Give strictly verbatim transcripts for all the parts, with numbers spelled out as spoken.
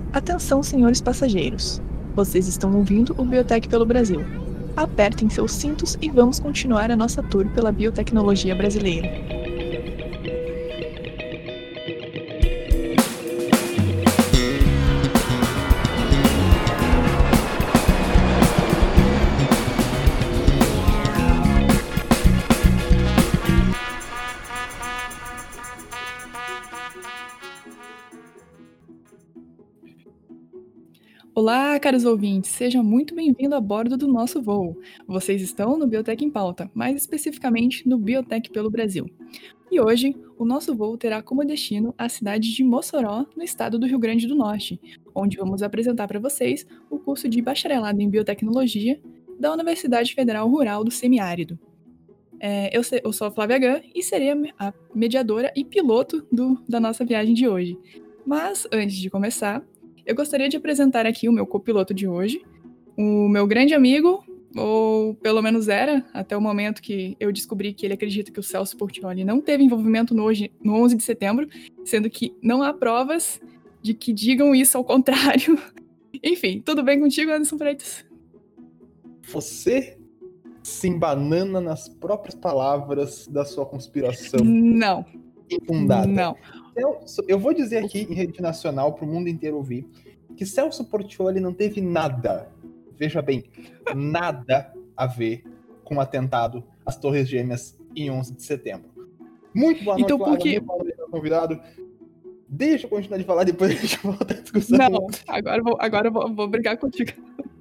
Atenção, senhores passageiros. Vocês estão ouvindo o Biotech pelo Brasil. Apertem seus cintos e vamos continuar a nossa tour pela biotecnologia brasileira. Olá, caros ouvintes, sejam muito bem-vindos a bordo do nosso voo. Vocês estão no Biotech em Pauta, mais especificamente no Biotech pelo Brasil. E hoje, o nosso voo terá como destino a cidade de Mossoró, no estado do Rio Grande do Norte, onde vamos apresentar para vocês o curso de bacharelado em biotecnologia da Universidade Federal Rural do Semiárido. É, eu, se, eu sou a Flávia Gun e serei a mediadora e piloto do, da nossa viagem de hoje. Mas, antes de começar, eu gostaria de apresentar aqui o meu copiloto de hoje, o meu grande amigo, ou pelo menos era, até o momento que eu descobri que ele acredita que o Celso Portiolli não teve envolvimento no, hoje, no onze de setembro, sendo que não há provas de que digam isso ao contrário. Enfim, tudo bem contigo, Anderson Freitas? Você se embanana nas próprias palavras da sua conspiração. Não. Infundada. Não. Eu, eu vou dizer aqui em rede nacional para o mundo inteiro ouvir que Celso Portiolli não teve nada, veja bem, nada a ver com o atentado às Torres Gêmeas em onze de setembro. Muito boa noite, então, por que... muito boa noite, convidado. Deixa eu continuar de falar, depois a gente volta à discussão. Não, agora eu vou, agora eu vou, vou brigar contigo.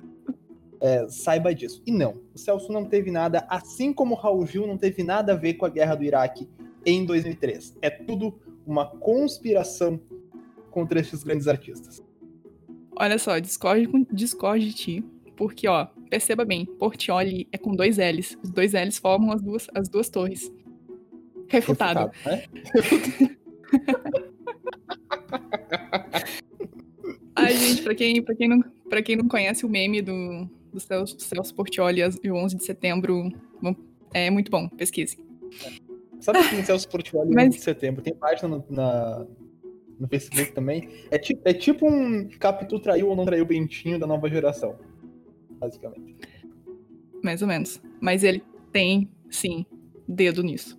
É, saiba disso. E não, o Celso não teve nada, assim como o Raul Gil não teve nada a ver com a guerra do Iraque em dois mil e três. É tudo uma conspiração contra esses grandes artistas. Olha só, discorde, discorde de ti, porque, ó, perceba bem, Portiolli é com dois L's. Os dois L's formam as duas, as duas torres. Refutado. Refutado, né? Ai, gente, pra quem, pra, quem não, pra quem não conhece o meme do, do Celso, do Celso Portiolli e o onze de setembro, é muito bom, pesquise. Sabe que tem Celso Portiolli no onze de setembro? Tem página no, na, no Facebook também. É tipo, é tipo um Capitu traiu ou não traiu o Bentinho da nova geração. Basicamente. Mais ou menos. Mas ele tem, sim, dedo nisso.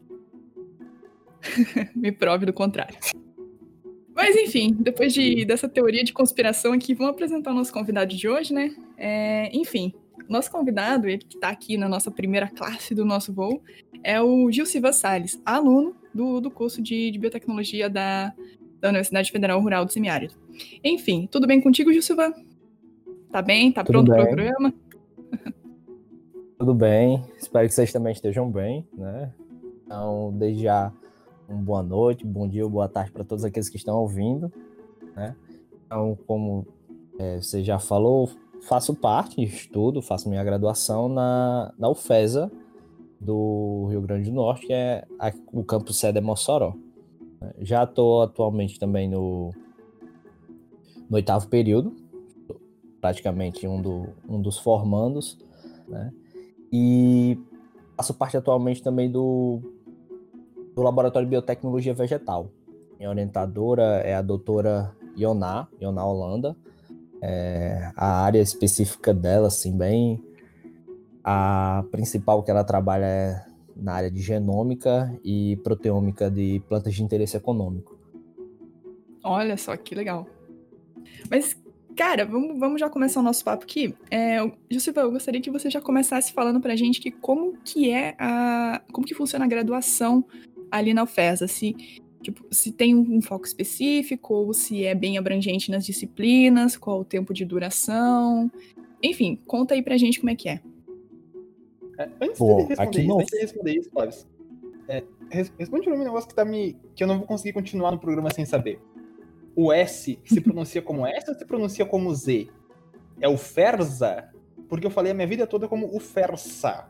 Me prove do contrário. Mas enfim, depois de, dessa teoria de conspiração aqui, vamos apresentar o nosso convidado de hoje, né? É, enfim, nosso convidado, ele que está aqui na nossa primeira classe do nosso voo, é o Gil Silva Salles, aluno do, do curso de, de biotecnologia da, da Universidade Federal Rural do Semiárido. Enfim, tudo bem contigo, Gil Silva? Tá bem? Tá tudo pronto para o programa? Tudo bem, espero que vocês também estejam bem, né? Então, desde já, uma boa noite, bom dia ou boa tarde para todos aqueles que estão ouvindo, né? Então, como é, você já falou, faço parte, estudo, faço minha graduação na, na UFESA do Rio Grande do Norte, que é a, o campus sede é Mossoró. Já estou atualmente também no, no oitavo período, praticamente um, do, um dos formandos, né? E faço parte atualmente também do, do Laboratório de Biotecnologia Vegetal. Minha orientadora é a doutora Ioná, Ioná Holanda. É, a área específica dela, assim, bem... A principal que ela trabalha é na área de genômica e proteômica de plantas de interesse econômico. Olha só, que legal. Mas, cara, vamos, vamos já começar o nosso papo aqui. É, Jussiva, eu gostaria que você já começasse falando pra gente que como que é a... Como que funciona a graduação ali na UFESA, se, tipo, se tem um foco específico, ou se é bem abrangente nas disciplinas, qual o tempo de duração, enfim, conta aí pra gente como é que é. é antes, Pô, de responder aqui isso, não... antes de responder isso, Flávio, é, responde pra mim um negócio que, tá me, que eu não vou conseguir continuar no programa sem saber. O S se pronuncia como S ou se pronuncia como Z? É o Ferza? Porque eu falei a minha vida toda como o Fersa.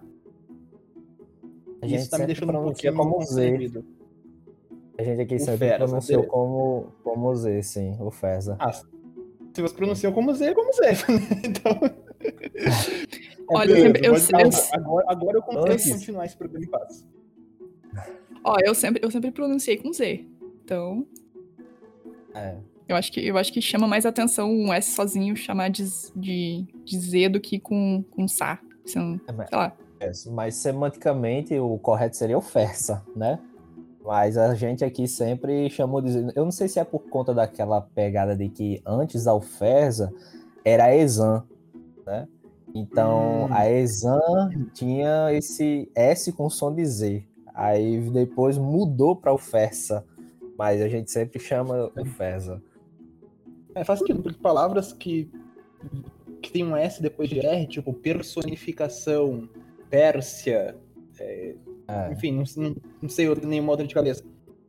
A gente isso tá me deixando um pouquinho como Z. A gente aqui o sempre Ferza, pronunciou como, como Z, sim, o Ferza. Ah, se você pronunciou como Z, é como Z. Então... Olha, eu sempre, eu, eu, agora, agora eu consigo Antes. continuar esse programa em paz. Ó, eu sempre, eu sempre pronunciei com Z. Então... É. Eu acho que, eu acho que chama mais atenção um S sozinho chamar de, de, de Z do que com, com Sá. Sei lá. É, mas semanticamente o correto seria o Fersa, né? Mas a gente aqui sempre chamou de... Eu não sei se é por conta daquela pegada de que antes da Alferza era a Exam, né? Então, hum. a Exam tinha esse S com som de Z. Aí depois mudou para o Fersa. Mas a gente sempre chama o Fersa. É, faz sentido, porque palavras que, que tem um S depois de R, tipo personificação, Pérsia... É... É. Enfim, não, não, não sei outra, nenhuma outra de cabeça.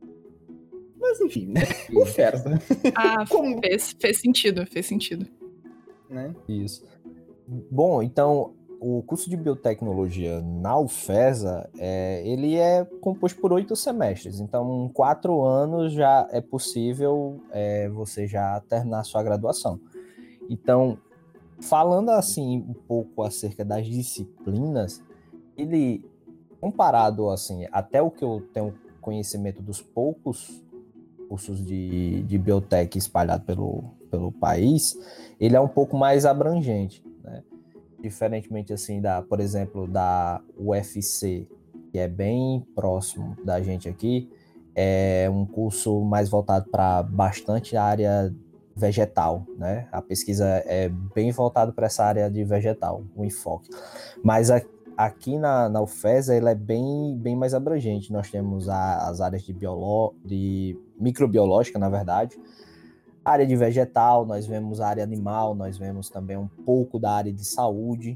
Mas enfim, né? O Fersa. Ah, Como... fez, fez sentido, fez sentido. Né? Isso. Bom, então, o curso de biotecnologia na UFESA, é, ele é composto por oito semestres. Então, em quatro anos já é possível é, você já terminar a sua graduação. Então, falando assim um pouco acerca das disciplinas, ele... comparado, assim, até o que eu tenho conhecimento dos poucos cursos de, de biotech espalhados pelo, pelo país, ele é um pouco mais abrangente, né? Diferentemente, assim, da, por exemplo, da U F C, que é bem próximo da gente aqui, é um curso mais voltado para bastante área vegetal, né? A pesquisa é bem voltada para essa área de vegetal, o enfoque. Mas a Aqui na, na UFESA, ele é bem, bem mais abrangente. Nós temos a, as áreas de, biolo, de microbiológica, na verdade, a área de vegetal, nós vemos a área animal, nós vemos também um pouco da área de saúde.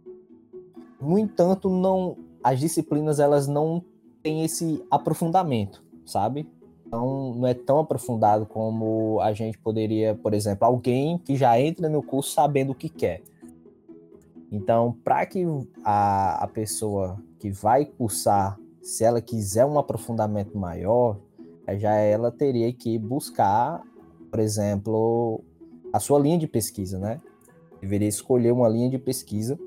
No entanto, não, as disciplinas elas não têm esse aprofundamento, sabe? Então, não é tão aprofundado como a gente poderia, por exemplo, alguém que já entra no curso sabendo o que quer. Então, para que a, a pessoa que vai cursar, se ela quiser um aprofundamento maior, já ela teria que buscar, por exemplo, a sua linha de pesquisa, né? Deveria escolher uma linha de pesquisa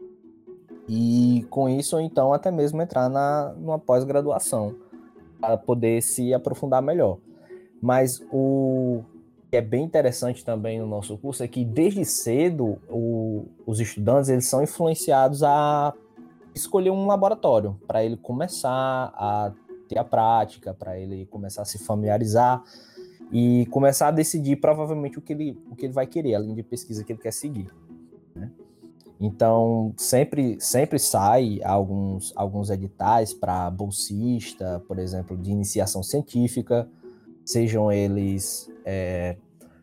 e, com isso, ou então, até mesmo entrar na, numa pós-graduação para poder se aprofundar melhor. Mas o... que é bem interessante também no nosso curso é que desde cedo o, os estudantes eles são influenciados a escolher um laboratório para ele começar a ter a prática, para ele começar a se familiarizar e começar a decidir provavelmente o que ele, o que ele vai querer, a linha de pesquisa que ele quer seguir, né? Então sempre, sempre sai alguns, alguns editais para bolsista, por exemplo, de iniciação científica, sejam eles é,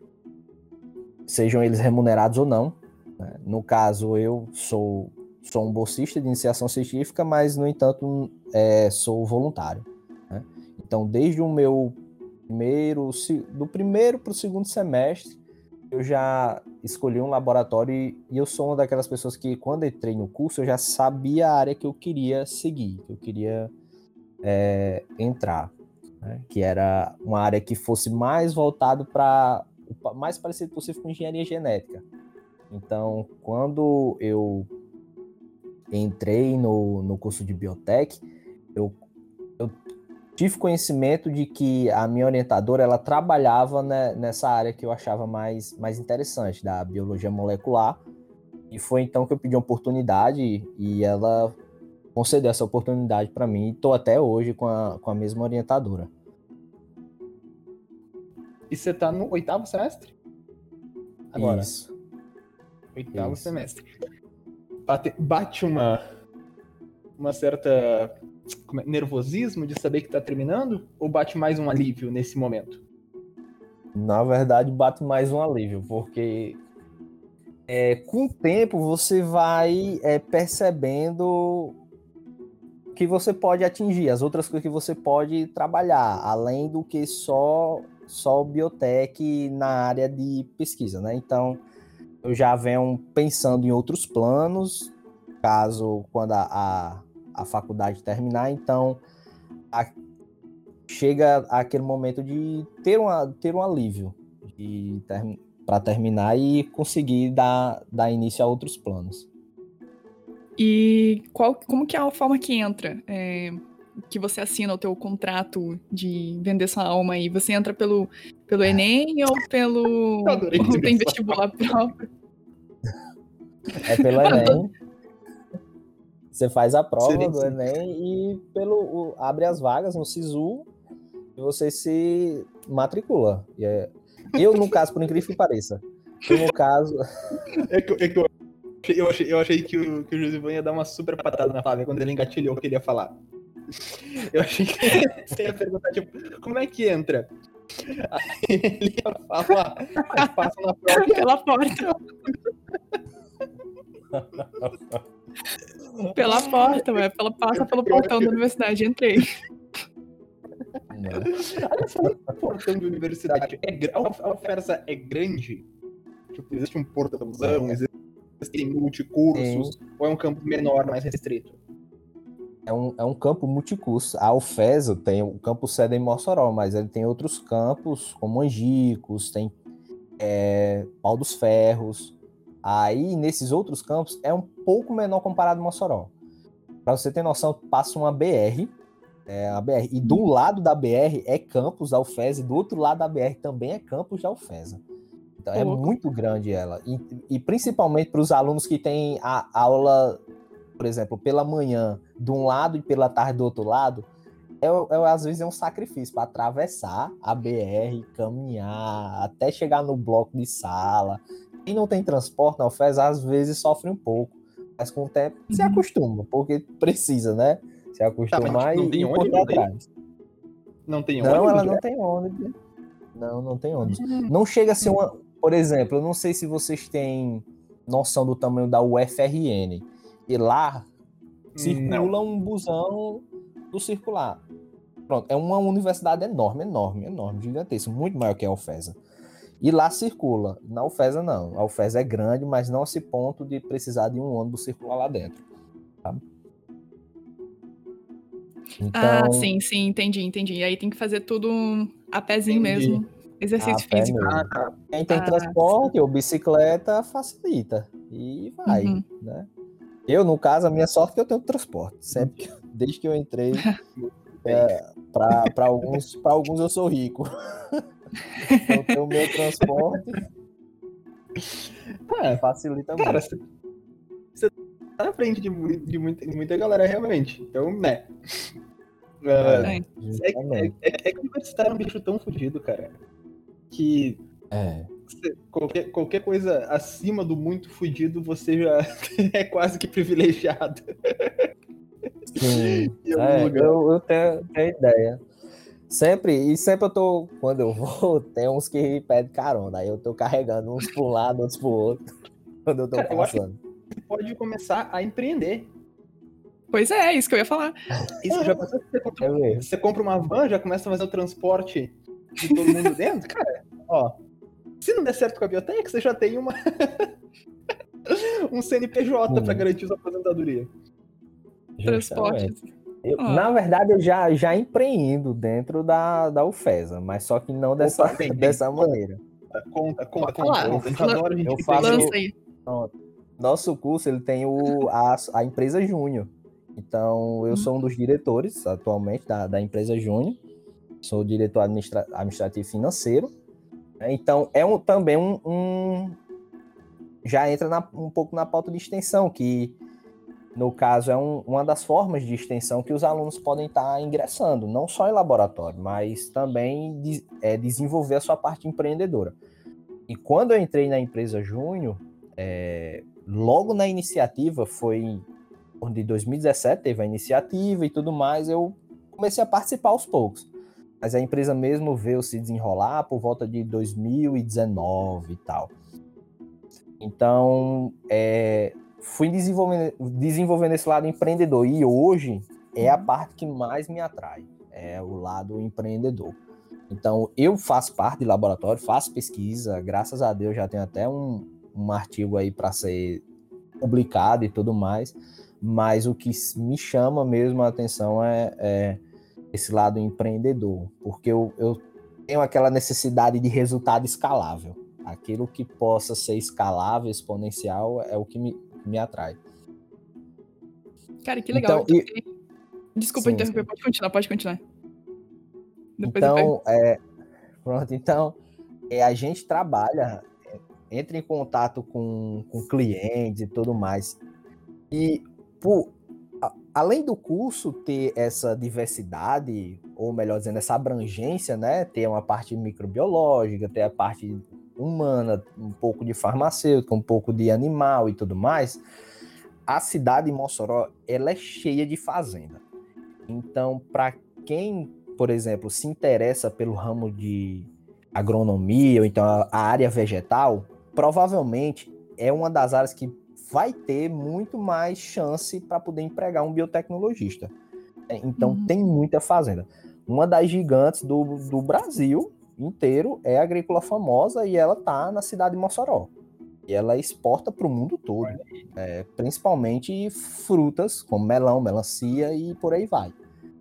sejam eles remunerados ou não, né? No caso, eu sou, sou um bolsista de iniciação científica, mas, no entanto, é, sou voluntário, né? Então, desde o meu primeiro, do primeiro para o segundo semestre, eu já escolhi um laboratório e, e eu sou uma daquelas pessoas que, quando entrei no curso, eu já sabia a área que eu queria seguir, que eu queria é, entrar. Né, que era uma área que fosse mais voltado para o mais parecido possível com engenharia genética. Então, quando eu entrei no, no curso de biotech, eu, eu tive conhecimento de que a minha orientadora ela trabalhava né, nessa área que eu achava mais, mais interessante, da biologia molecular, e foi então que eu pedi uma oportunidade e ela concedeu essa oportunidade para mim e estou até hoje com a, com a mesma orientadora. E você está no oitavo semestre? Agora. Isso. Oitavo Isso. semestre. Bate, bate uma, uma certa como é, nervosismo de saber que está terminando? Ou bate mais um alívio nesse momento? Na verdade, bate mais um alívio, porque é, com o tempo você vai é, percebendo que você pode atingir, as outras coisas que você pode trabalhar, além do que só, só biotech na área de pesquisa, né? Então, eu já venho pensando em outros planos, caso quando a, a, a faculdade terminar, então a, chega aquele momento de ter, uma, ter um alívio de ter, para terminar e conseguir dar, dar início a outros planos. E qual, como que é a forma que entra? É, que você assina o teu contrato de vender sua alma aí? Você entra pelo, pelo Enem ou pelo Adorei ou esse tem pessoal. vestibular próprio? É pelo Ah, tô- Enem. Você faz a prova Sim, do sim. Enem e pelo, o- abre as vagas no SISU e você se matricula. E é- eu, no caso, por incrível que pareça, eu, no caso, É que, é que eu, achei, eu, achei, eu achei que o, que o Josivan ia dar uma super patada na Flávia quando ele engatilhou o que ele ia falar. Eu achei que você ia perguntar, tipo, como é que entra? Aí ele ia falar, ah, passa na prova. pela porta. Pela porta, ué. Pela, passa pelo portão da universidade. Entrei. né, Aliás, falando em portão de universidade, é, gra- a oferta é grande? Tipo, existe um portãozão, É. existem multicursos, ou é um campo menor, mais restrito? é um, é um campo multicurso. A UFESA tem o campo sede em Mossoró, mas ele tem outros campos, como Angicos, tem é, Pau dos Ferros. Aí, nesses outros campos, é um pouco menor comparado ao Mossoró. Para você ter noção, passa uma B R, é, a B R, e do lado da B R é campus da UFESA, e do outro lado da B R também é campus da UFESA. Então, é Louco. muito grande ela. E, e principalmente para os alunos que têm a aula, por exemplo, pela manhã de um lado e pela tarde do outro lado, é, é, às vezes é um sacrifício para atravessar a B R, caminhar até chegar no bloco de sala. Quem não tem transporte na UFES, às vezes sofre um pouco, mas com o tempo se Uhum. acostuma, porque precisa, né? Se Tá, mas acostumar não e, tem e correr ônibus aí? atrás. Não tem Não, ônibus? ela não direto? tem ônibus. Não, não tem ônibus. Hum. Não chega a ser uma... Por exemplo, eu não sei se vocês têm noção do tamanho da U F R N. E lá circula um busão do circular. Pronto, é uma universidade enorme, enorme, enorme, gigantesca, muito maior que a UFESA. E lá circula. Na UFESA não. A UFESA é grande, mas não a esse ponto de precisar de um ônibus circular lá dentro. Sabe? Então, Ah, sim, sim, entendi, entendi. E aí tem que fazer tudo a pezinho Entendi. mesmo. a Exercício pé físico. mesmo. Ah, tá. Quem tem Ah, transporte ou bicicleta facilita. E vai, Uhum. né? Eu, no caso, a minha sorte é que eu tenho transporte. Sempre que, desde que eu entrei, é, para alguns, para alguns eu sou rico. Então, eu tenho o meu transporte, Ah, facilita cara, muito. você tá na frente de, mu- de muita, de muita galera, realmente. Então, né. É, Ah, É. é, justamente. é, é que o universitário é um bicho tão fodido, cara, que É. você- qualquer, qualquer coisa acima do muito fudido, você já é quase que privilegiado. Sim, Em algum é, lugar. eu, eu tenho, tenho ideia. Sempre, e sempre eu tô, quando eu vou, tem uns que pedem carona, aí eu tô carregando uns pra um lado, outros pro outro, quando eu tô Cara, eu acho que passando. você pode começar a empreender. Pois é, é isso que eu ia falar. Isso já pensou que você compra, É mesmo. você compra uma van, já começa a fazer o transporte de todo mundo dentro? Cara, ó, se não der certo com a biblioteca, você já tem uma um C N P J Sim. para garantir sua aposentadoria. Transporte. Justamente. Eu, Ah. Na verdade, eu já, já empreendo dentro da, da UFESA, mas só que não dessa, Opa, vem, vem, dessa conta. maneira. Conta, conta, Pode conta, falar. conta. A gente Lan- adora a gente eu que faço- tem- Lança aí. Nosso curso ele tem o, a, a empresa Júnior. Então, eu sou um dos diretores atualmente da, da empresa Júnior. Sou diretor administra, administrativo financeiro. Então, é um, também um, um... Já entra na, um pouco na pauta de extensão, que, no caso, é um, uma das formas de extensão que os alunos podem estar ingressando, não só em laboratório, mas também de, é, desenvolver a sua parte empreendedora. E quando eu entrei na empresa Júnior, é, logo na iniciativa, foi de dois mil e dezessete, teve a iniciativa e tudo mais, eu comecei a participar aos poucos. Mas a empresa mesmo veio se desenrolar por volta de dois mil e dezenove e tal. Então, é, fui desenvolvendo, desenvolvendo esse lado empreendedor. E hoje é a parte que mais me atrai, é o lado empreendedor. Então, eu faço parte de laboratório, faço pesquisa, graças a Deus já tenho até um, um artigo aí para ser publicado e tudo mais, mas o que me chama mesmo a atenção é, é esse lado empreendedor, porque eu, eu tenho aquela necessidade de resultado escalável. Aquilo que possa ser escalável, exponencial, é o que me, me atrai. Cara, que legal. Então, Eu também- Desculpa Sim, interromper, sim. pode continuar, pode continuar. Depois eu Então, é, pronto, então, é, a gente trabalha, é, entra em contato com, com clientes e tudo mais. E, por, a- além do curso ter essa diversidade, ou melhor dizendo, essa abrangência, né? Ter uma parte microbiológica, ter a parte humana, um pouco de farmacêutica, um pouco de animal e tudo mais, a cidade de Mossoró, ela é cheia de fazenda. Então, para quem, por exemplo, se interessa pelo ramo de agronomia, ou então a, a área vegetal, provavelmente é uma das áreas que vai ter muito mais chance para poder empregar um biotecnologista. Então, Uhum. tem muita fazenda. Uma das gigantes do, do Brasil inteiro é a Agrícola Famosa e ela está na cidade de Mossoró. E ela exporta para o mundo todo, é, principalmente frutas como melão, melancia e por aí vai.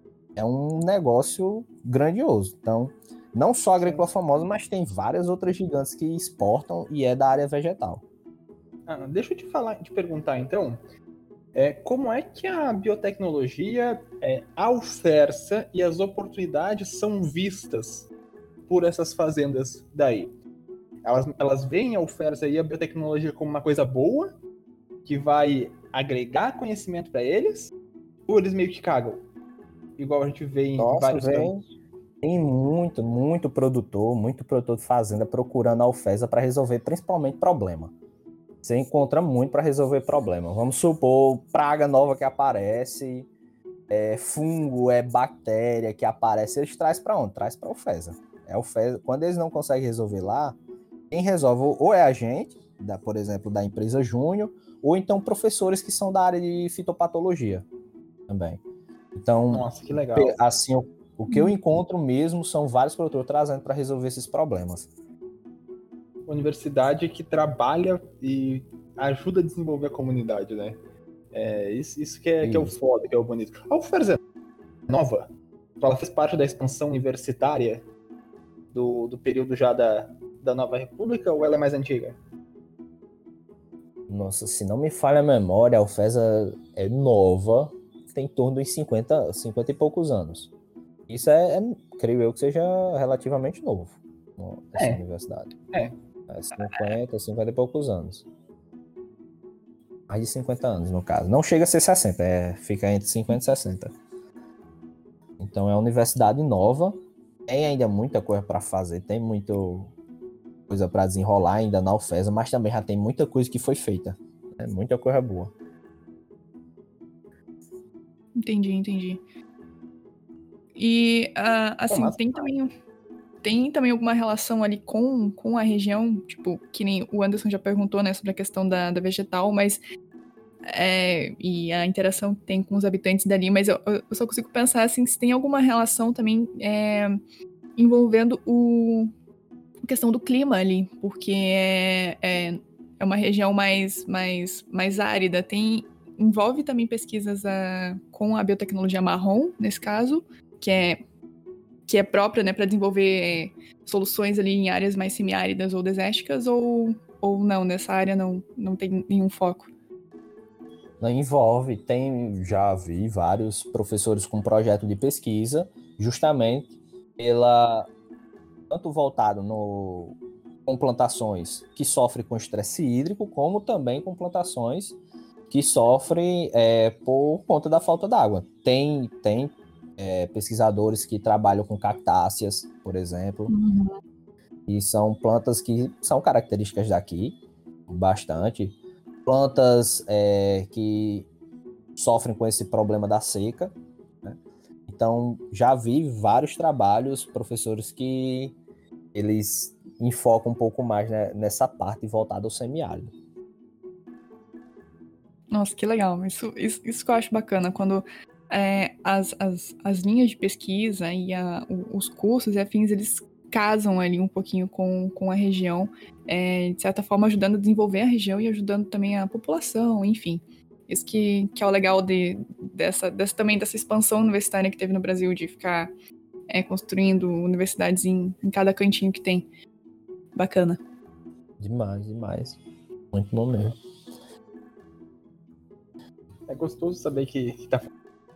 É um negócio grandioso. Então, não só a Agrícola Famosa, mas tem várias outras gigantes que exportam e é da área vegetal. Ah, deixa eu te falar, te perguntar então, é, como é que a biotecnologia, é, a oferta e as oportunidades são vistas por essas fazendas daí? Elas, elas veem a oferta e a biotecnologia como uma coisa boa, que vai agregar conhecimento para eles, ou eles meio que cagam? Igual a gente vê em Nossa, vários vem, campos. tem muito, muito produtor, muito produtor de fazenda procurando a Alfesa para resolver principalmente problema. Você encontra muito para resolver problema. Vamos supor, praga nova que aparece, é fungo, é bactéria que aparece, eles trazem para onde? Traz para a Alfesa. É a Alfesa. Quando eles não conseguem resolver lá, quem resolve ou é a gente, da, por exemplo, da empresa Júnior, ou então professores que são da área de fitopatologia também. Então, Nossa, que legal. assim, o, o que eu encontro mesmo são vários produtores trazendo para resolver esses problemas. Universidade que trabalha e ajuda a desenvolver a comunidade, né? É, isso, isso, que, é, que é o Isso. foda, que é o bonito. A UFERJ é nova? Ela fez parte da expansão universitária do, do período já da, da Nova República ou ela é mais antiga? Nossa, se não me falha a memória, a UFESA é nova, tem em torno de cinquenta, cinquenta e poucos anos. Isso é, é, creio eu, que seja relativamente novo, essa É. universidade. É. É cinquenta, cinquenta e poucos anos. Mais de cinquenta anos, no caso. Não chega a ser sessenta, é, fica entre cinquenta e sessenta. Então é uma universidade nova, tem ainda muita coisa para fazer, tem muita coisa para desenrolar ainda na UFESA, mas também já tem muita coisa que foi feita. É muita coisa boa. Entendi, entendi. E, uh, assim, Nossa, tem também, tem também alguma relação ali com, com a região, tipo, que nem o Anderson já perguntou, né, sobre a questão da, da vegetal, mas é, e a interação que tem com os habitantes dali, mas eu, eu só consigo pensar, assim, se tem alguma relação também é, envolvendo o, a questão do clima ali, porque é, é, é uma região mais, mais, mais árida, tem... Envolve também pesquisas a, com a biotecnologia marrom, nesse caso, que é, que é própria, né, para desenvolver soluções ali em áreas mais semiáridas ou desérticas, ou, ou não, nessa área não, não tem nenhum foco? Não envolve, tem, já vi vários professores com projeto de pesquisa, justamente pela, tanto voltado no, com plantações que sofrem com estresse hídrico, como também com plantações que sofrem é, por conta da falta d'água. Tem, tem é, pesquisadores que trabalham com cactáceas, por exemplo, Uhum. e são plantas que são características daqui, bastante. Plantas é, que sofrem com esse problema da seca, né? Então, já vi vários trabalhos, professores que eles enfocam um pouco mais, né, nessa parte voltada ao semiárido. Nossa, que legal. Isso, isso, isso que eu acho bacana, quando é, as, as, as linhas de pesquisa e a, os cursos e afins, eles casam ali um pouquinho com, com a região, é, de certa forma ajudando a desenvolver a região e ajudando também a população, enfim. Isso que, que é o legal de, dessa, dessa, também dessa expansão universitária que teve no Brasil, de ficar é, construindo universidades em, em cada cantinho que tem. Bacana. Demais, demais. Muito bom mesmo. é gostoso saber que, que tá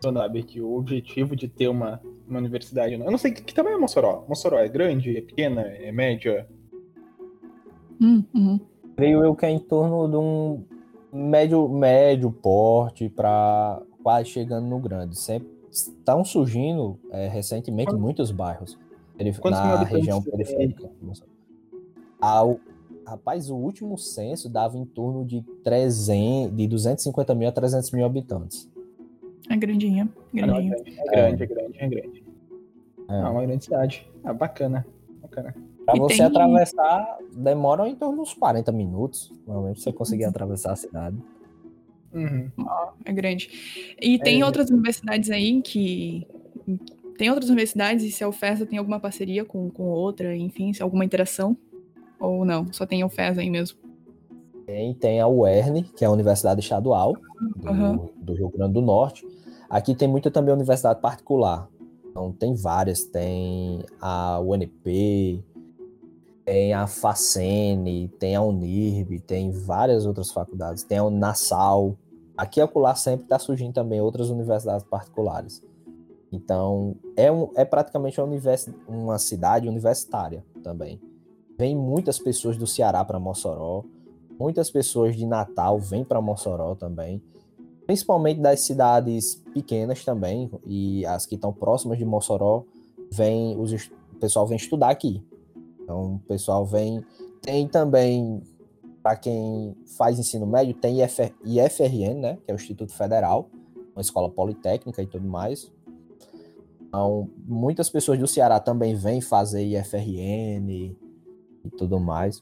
sabe, que o objetivo de ter uma, uma universidade... Eu não sei, que, que tamanho é Mossoró? Mossoró é grande, é pequena, é média? Hum, uhum. Creio eu que é em torno de um médio, médio porte para quase chegando no grande. Sempre estão surgindo é, recentemente Quantos, muitos bairros quantos mil na habitantes região você tem aí? periférica. Ao, rapaz, o último censo dava em torno de, trezentos, de duzentos e cinquenta mil a trezentos mil habitantes. É grandinha, Ah, não, é grandinha. grande, é grande, é grande, é grande. É. Ah, uma grande cidade. Ah, bacana, bacana. Para E você tem- atravessar, demora em torno de uns quarenta minutos, normalmente, pra você conseguir atravessar a cidade. Uhum. Ó, é grande. E tem É. outras universidades aí que... Tem outras universidades e se a UFESA tem alguma parceria com, com outra, enfim, se alguma interação? Ou não? Só tem a UFESA aí mesmo? Tem, tem a U E R N, que é a Universidade Estadual do, Aham. do Rio Grande do Norte. Aqui tem muita também universidade particular. Então tem várias, tem a U N P, tem a Facene, tem a Unirb, tem várias outras faculdades, tem a Unassal. Aqui e acolá sempre está surgindo também outras universidades particulares. Então é, um, é praticamente uma, univers, uma cidade universitária também. Vem muitas pessoas do Ceará para Mossoró, muitas pessoas de Natal vêm para Mossoró também, principalmente das cidades pequenas também, e as que estão próximas de Mossoró, vem, os, o pessoal vem estudar aqui. Então, o pessoal vem... Tem também, para quem faz ensino médio, tem I F R N, né, que é o Instituto Federal, uma escola politécnica e tudo mais. Então, muitas pessoas do Ceará também vêm fazer I F R N e tudo mais.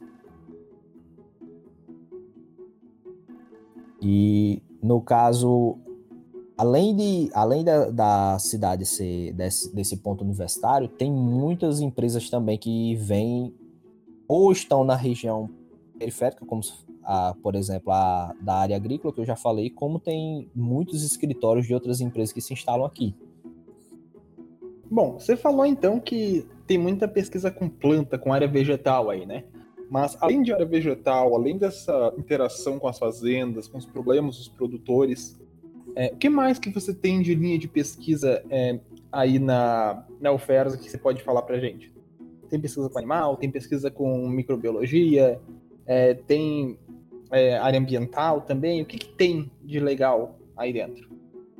E, no caso, além, de, além da, da cidade ser desse, desse ponto universitário, tem muitas empresas também que vêm ou estão na região periférica, como, a, por exemplo, a da área agrícola, que eu já falei, como tem muitos escritórios de outras empresas que se instalam aqui. Bom, você falou então que tem muita pesquisa com planta, com área vegetal aí, né? Mas além de área vegetal, além dessa interação com as fazendas, com os problemas dos produtores, é, o que mais que você tem de linha de pesquisa é, aí na, na UFERJ que você pode falar pra gente? Tem pesquisa com animal, tem pesquisa com microbiologia, é, tem é, área ambiental também. O que, que tem de legal aí dentro?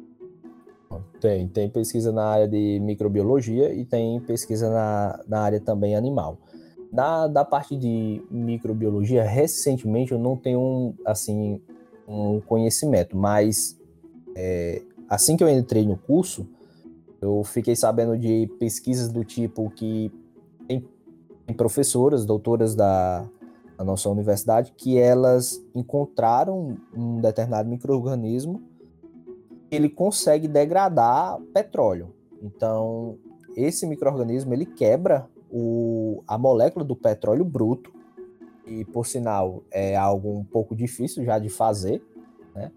Tem, tem pesquisa na área de microbiologia e tem pesquisa na, na área também animal. Da, da parte de microbiologia, recentemente eu não tenho um, assim, um conhecimento, mas é, assim que eu entrei no curso, eu fiquei sabendo de pesquisas do tipo que tem, tem professoras, doutoras da, da nossa universidade, que elas encontraram um determinado micro-organismo que ele consegue degradar petróleo. Então, esse micro-organismo, ele quebra O, a molécula do petróleo bruto, e por sinal é algo um pouco difícil já de fazer, né?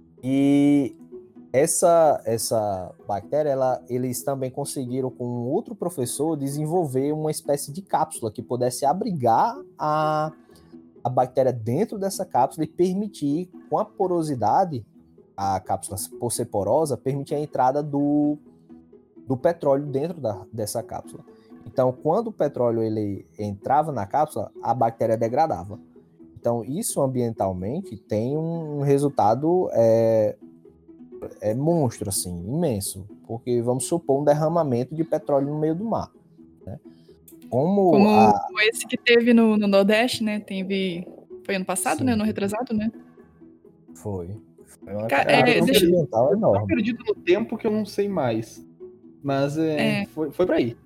E essa, essa bactéria, ela, eles também conseguiram com outro professor desenvolver uma espécie de cápsula que pudesse abrigar a, a bactéria dentro dessa cápsula e permitir, com a porosidade, a cápsula por ser porosa, permitir a entrada do, do petróleo dentro da, dessa cápsula. Então, quando o petróleo ele entrava na cápsula, a bactéria degradava. Então, isso ambientalmente tem um resultado é, é monstro, assim, imenso. Porque vamos supor um derramamento de petróleo no meio do mar, né? Como, Como a... esse que teve no, no Nordeste, né? Teve... Foi ano passado, Sim. né? Ano retrasado, né? Foi. Foi uma Ca- catástrofe é, deixa- ambiental Eu enorme. acredito no tempo que eu não sei mais. Mas é, É. foi, foi pra aí.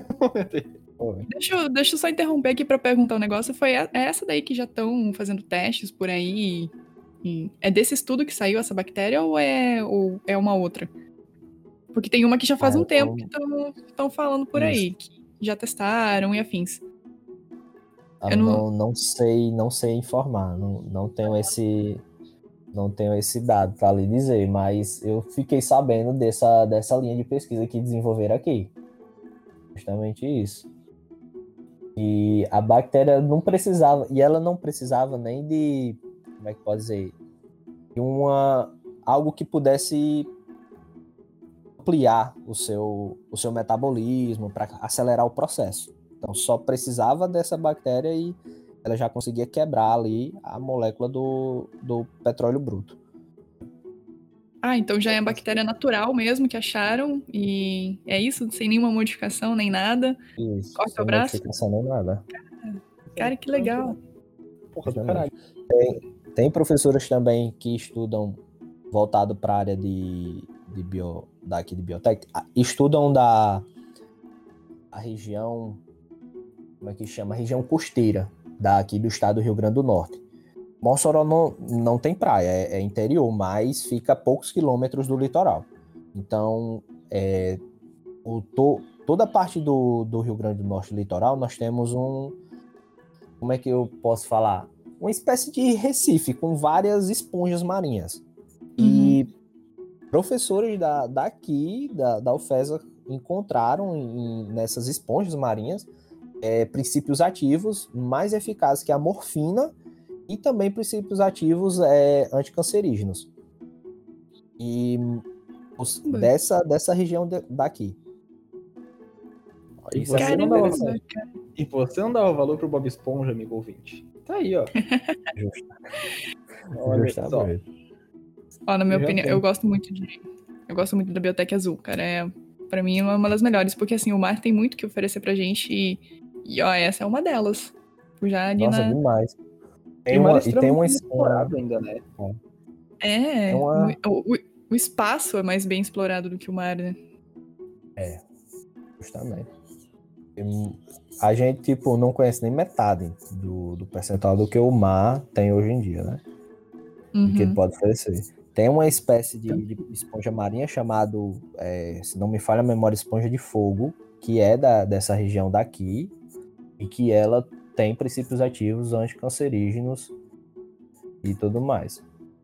Foi. Deixa eu, deixa eu só interromper aqui pra perguntar um negócio. Foi a- é essa daí que já estão fazendo testes por aí? E é desse estudo que saiu essa bactéria ou é, ou é uma outra? Porque tem uma que já faz Ah, um eu tempo não- que estão falando por aí, Isso. que já testaram e afins. Ah, Eu não. não, não sei, não sei informar, não, não tenho esse, não tenho esse dado para lhe dizer, mas eu fiquei sabendo dessa, dessa linha de pesquisa que desenvolveram aqui. Justamente isso. E a bactéria não precisava, e ela não precisava nem de, como é que pode dizer, de uma, algo que pudesse ampliar o seu, o seu metabolismo, para acelerar o processo. Então, só precisava dessa bactéria e ela já conseguia quebrar ali a molécula do, do petróleo bruto. Ah, então já é a bactéria natural mesmo que acharam e é isso, sem nenhuma modificação nem nada. Isso, Corta sem o braço. modificação nem nada. Cara, que legal. Porra do caralho. Tem, tem professoras também que estudam voltado para a área de, de bio, daqui de biotech, estudam da a região, como é que chama? A região costeira daqui do estado do Rio Grande do Norte. Mossoró não, não tem praia, é, é interior, mas fica a poucos quilômetros do litoral. Então, é, o, to, toda a parte do, do Rio Grande do Norte litoral, nós temos um, como é que eu posso falar? Uma espécie de recife com várias esponjas marinhas. Uhum. E professores da, daqui, da, da UFESA, encontraram em, nessas esponjas marinhas é, princípios ativos mais eficazes que a morfina e também princípios ativos é, anticancerígenos. E os, dessa, dessa região de, daqui. E você, Caramba, não dava, e você não dava valor pro Bob Esponja, amigo ouvinte. Tá aí, ó. Justa. Olha só. Ó, na minha eu opinião, eu gosto muito de. Eu gosto muito da Biotech Azul, cara. É, pra mim, é uma das melhores, porque assim, o mar tem muito que oferecer pra gente e, e ó, essa é uma delas. Já ali Nossa, na... demais. Tem uma, e tem uma explorado ainda, né? É, é uma... o, o, o espaço é mais bem explorado do que o mar, né? É, justamente. A gente, tipo, não conhece nem metade do, do percentual do que o mar tem hoje em dia, né? Uhum. Do que ele pode oferecer. Tem uma espécie de, de esponja marinha chamado, é, se não me falha a memória, esponja de fogo, que é da, dessa região daqui, e que ela tem princípios ativos anticancerígenos e tudo mais.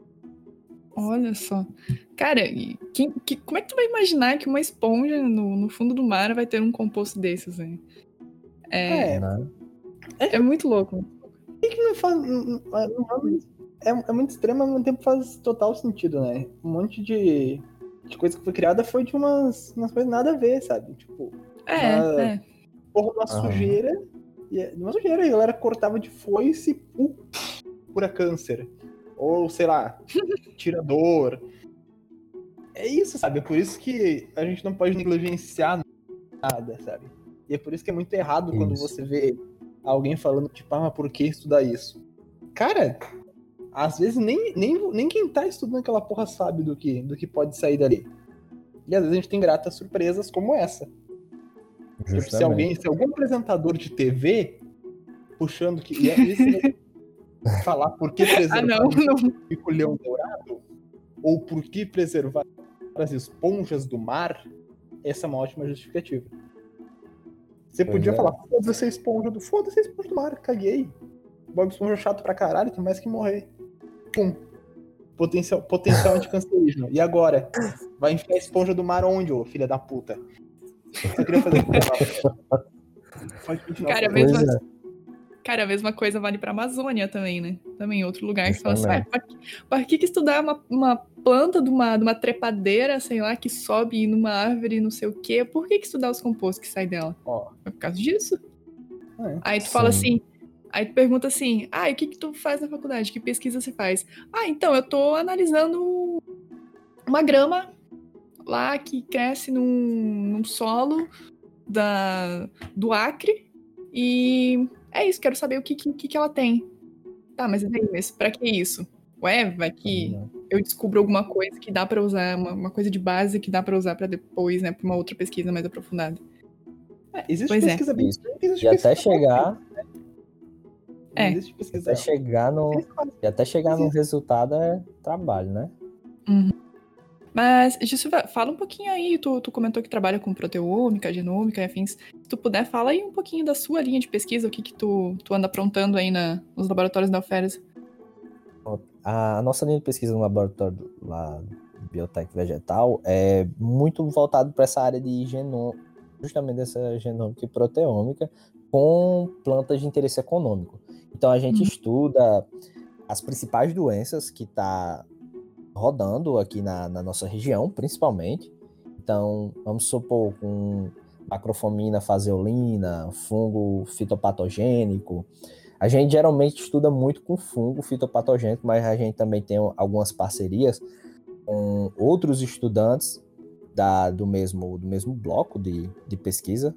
Olha só. Cara, quem, que, como é que tu vai imaginar que uma esponja no, no fundo do mar vai ter um composto desses, né? É, é, né? é, é muito louco. É que não faz... Não, não, é, é muito extremo, mas ao mesmo tempo faz total sentido, né? Um monte de, de coisa que foi criada foi de umas, umas coisas nada a ver, sabe? Tipo, é, uma, é. porra, uma sujeira, e, uma sujeira, e a galera cortava de foice e uh, cura câncer. Ou, sei lá, tira dor. É isso, sabe? É por isso que a gente não pode negligenciar nada, sabe? E é por isso que é muito errado isso. Quando você vê alguém falando, tipo, ah, mas por que estudar isso? Cara, às vezes nem, nem, nem quem tá estudando aquela porra sabe do que, do que pode sair dali. E às vezes a gente tem gratas surpresas como essa. Tipo, se alguém, se algum apresentador de T V puxando que... E esse, falar por que preservar ah, não, não. o picolhão dourado ou por que preservar as esponjas do mar, essa é uma ótima justificativa. Você pois podia é. falar, foda-se a esponja do... Foda-se a esponja do mar, caguei. Bob Esponja é chato pra caralho, tem mais que morrer. Pum. Potencial, potencial anticancerígeno. E agora? Vai enfiar a esponja do mar onde, ô filha da puta? Só queria fazer Pode continuar. Cara, a mesma, é. cara, a mesma coisa vale pra Amazônia também, né? Também em outro lugar. Você fala assim, ah, pra, pra que estudar uma, uma planta de uma, de uma trepadeira, sei lá, que sobe numa árvore, não sei o quê? Por que, que estudar os compostos que saem dela? Ó. É por causa disso? É. Aí tu Sim. fala assim, aí tu pergunta assim, ah, e o que que tu faz na faculdade? Que pesquisa você faz? Ah, então, eu tô analisando uma grama lá que cresce num, num solo da, do Acre e é isso, quero saber o que, que, que ela tem. Tá, mas, mas pra que isso? Ué, vai que eu descubro alguma coisa que dá pra usar, uma, uma coisa de base que dá pra usar pra depois, né, pra uma outra pesquisa mais aprofundada. É, existe pois pesquisa é. bem... Existe e até chegar... É. Até chegar no, e até chegar no resultado é trabalho, né? Uhum. Mas, Gissilva, fala um pouquinho aí, tu, tu comentou que trabalha com proteômica, genômica e afins. Se tu puder, fala aí um pouquinho da sua linha de pesquisa, o que que tu, tu anda aprontando aí na, nos laboratórios da UFERJ. A, a nossa linha de pesquisa no laboratório lá, Biotech Vegetal, é muito voltado para essa área de genômica, justamente essa genômica e proteômica, com plantas de interesse econômico. Então a gente hum. estuda as principais doenças que tá rodando aqui na, na nossa região, principalmente, Então, vamos supor, com macrofomina faseolina, fungo fitopatogênico. A gente geralmente estuda muito com fungo fitopatogênico, mas a gente também tem algumas parcerias com outros estudantes da, do, mesmo, do mesmo bloco de, de pesquisa,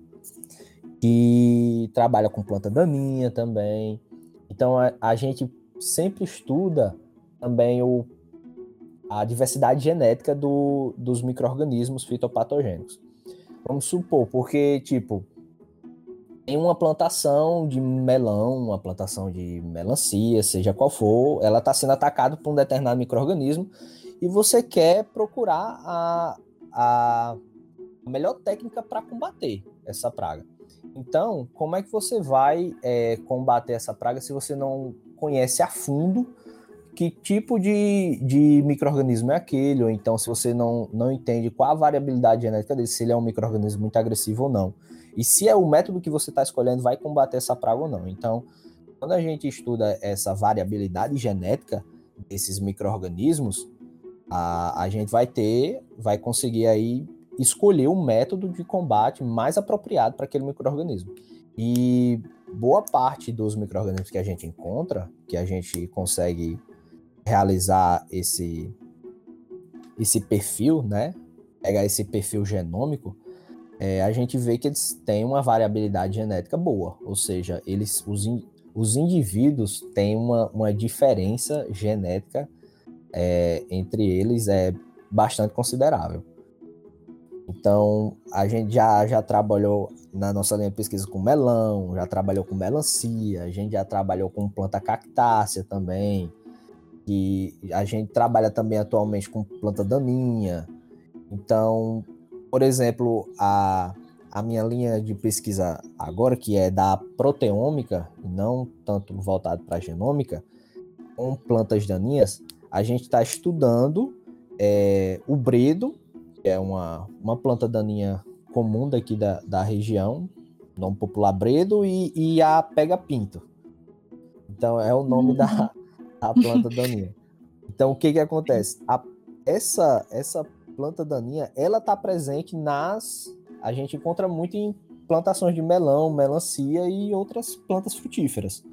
que trabalha com planta daninha também. Então, a, a gente sempre estuda também o, a diversidade genética do, dos micro-organismos fitopatogênicos. Vamos supor, porque, tipo, tem uma plantação de melão, uma plantação de melancia, seja qual for, ela está sendo atacada por um determinado micro-organismo e você quer procurar a, a melhor técnica para combater essa praga. Então, como é que você vai é, combater essa praga se você não conhece a fundo que tipo de, de micro-organismo é aquele, ou então se você não, não entende qual a variabilidade genética dele, se ele é um micro-organismo muito agressivo ou não. E se é o método que você está escolhendo vai combater essa praga ou não. Então, quando a gente estuda essa variabilidade genética desses micro-organismos, a, a gente vai ter, vai conseguir aí escolher o método de combate mais apropriado para aquele micro-organismo. E boa parte dos micro-organismos que a gente encontra, que a gente consegue realizar esse, esse perfil, né? Pegar esse perfil genômico, é, a gente vê que eles têm uma variabilidade genética boa, ou seja, eles, os, in, os indivíduos têm uma, uma diferença genética é, entre eles é bastante considerável. Então, a gente já, já trabalhou na nossa linha de pesquisa com melão, já trabalhou com melancia, a gente já trabalhou com planta cactácea também, e a gente trabalha também atualmente com planta daninha. Então, por exemplo, a, a minha linha de pesquisa agora, que é da proteômica, não tanto voltado para a genômica, com plantas daninhas, a gente está estudando é, o bredo, que é uma, uma planta daninha comum daqui da, da região, nome popular bredo, e, e a pega-pinto. Então, é o nome uhum. da, da planta daninha. Então, o que que acontece? A, essa, essa planta daninha, ela está presente nas... A gente encontra muito em plantações de melão, melancia e outras plantas frutíferas.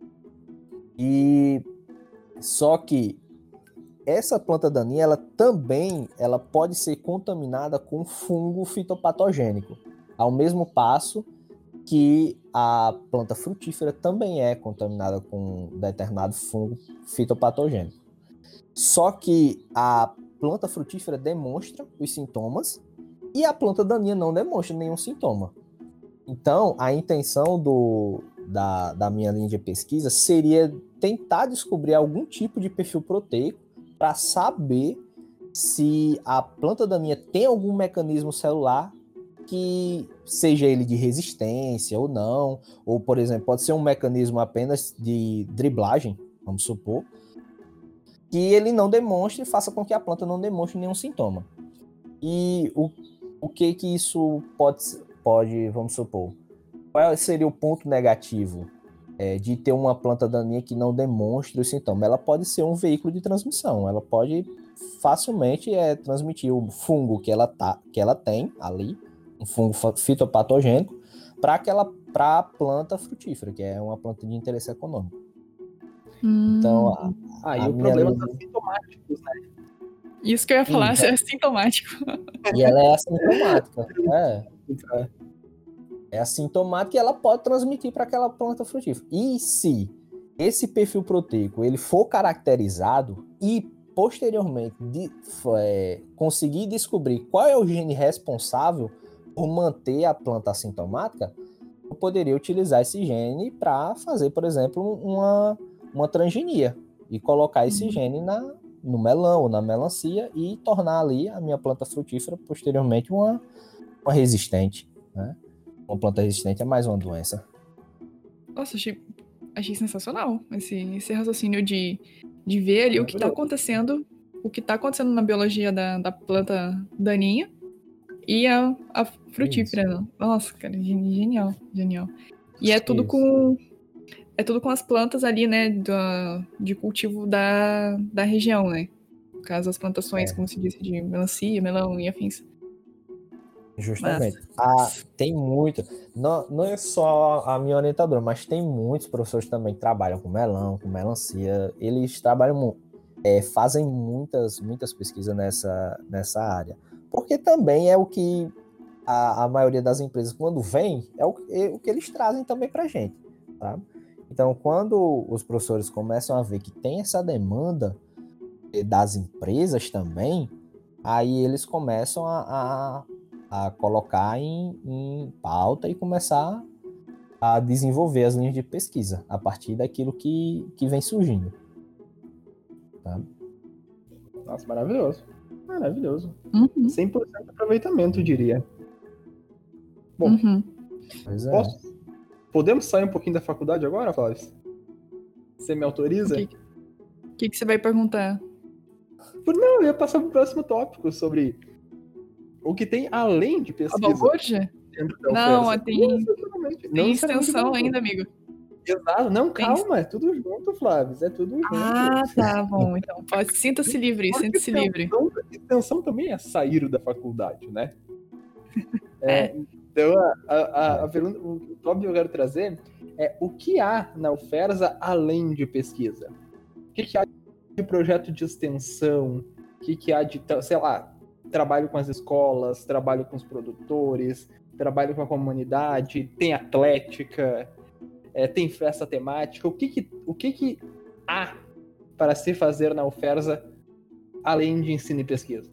E só que essa planta daninha, ela também ela pode ser contaminada com fungo fitopatogênico, ao mesmo passo que a planta frutífera também é contaminada com um determinado fungo fitopatogênico. Só que a planta frutífera demonstra os sintomas e a planta daninha não demonstra nenhum sintoma. Então, a intenção do, da, da minha linha de pesquisa seria tentar descobrir algum tipo de perfil proteico para saber se a planta daninha tem algum mecanismo celular que seja ele de resistência ou não, ou, por exemplo, pode ser um mecanismo apenas de driblagem, vamos supor, que ele não demonstre, faça com que a planta não demonstre nenhum sintoma. E o, o que que isso pode, pode, vamos supor, qual seria o ponto negativo é, de ter uma planta daninha que não demonstre o sintoma? Ela pode ser um veículo de transmissão, ela pode facilmente é, transmitir o fungo que ela, tá, que ela tem ali, um fungo fitopatogênico, para aquela para a planta frutífera, que é uma planta de interesse econômico. Hum. Então, a, ah, a e o problema linha... são sintomáticos, né? Isso que eu ia falar, Sim, é sintomático. E ela é assintomática. É. É assintomática e ela pode transmitir para aquela planta frutífera. E se esse perfil proteico ele for caracterizado e posteriormente de, é, conseguir descobrir qual é o gene responsável por manter a planta assintomática, eu poderia utilizar esse gene para fazer, por exemplo, uma, uma transgenia e colocar esse gene na, no melão ou na melancia e tornar ali a minha planta frutífera posteriormente uma, uma resistente, né? Uma planta resistente é mais uma doença. Nossa, achei, achei sensacional esse, esse raciocínio de, de ver ali o que está acontecendo, o que está acontecendo na biologia da, da planta daninha e a, a frutífera. Isso. Nossa, cara, genial, genial. E é tudo Isso. com é tudo com as plantas ali, né, do, de cultivo da, da região, né? No caso, as plantações, é. como se disse, de melancia, melão e afins. Justamente. Ah, tem muito. Não, não é só a minha orientadora, mas tem muitos professores também que trabalham com melão, com melancia. Eles trabalham, é, fazem muitas, muitas pesquisas nessa, nessa área. Porque também é o que a, a maioria das empresas, quando vem, é o, é o que eles trazem também para a gente. Tá? Então, quando os professores começam a ver que tem essa demanda das empresas também, aí eles começam a, a, a colocar em, em pauta e começar a desenvolver as linhas de pesquisa a partir daquilo que, que vem surgindo. Tá? Nossa, maravilhoso. Maravilhoso. Uhum. cem por cento de aproveitamento, eu diria. Bom, Uhum. Pois é. posso, podemos sair um pouquinho da faculdade agora, Flávio? Você me autoriza? O que, que, que você vai perguntar? Não, eu ia passar para o próximo tópico sobre o que tem além de A pesquisa. balbúrdia? dentro da Não, oferta. tem, Não necessariamente- não tem necessariamente extensão balbúrdia. ainda, amigo. Exato. Não, Tem- calma, é tudo junto, Flávio. É tudo junto. Ah, tá bom. Então, pode, sinta-se livre, Porque sinta-se livre. extensão, extensão também é sair da faculdade, né? É. É, então, a, a, a, a pergunta, o tópico que eu quero trazer é o que há na UFERJA além de pesquisa? O que, que há de projeto de extensão? O que, que há de, sei lá, trabalho com as escolas, trabalho com os produtores, trabalho com a comunidade, tem atlética, é, tem festa temática? O que que, o que que há para se fazer na UFERJA além de ensino e pesquisa?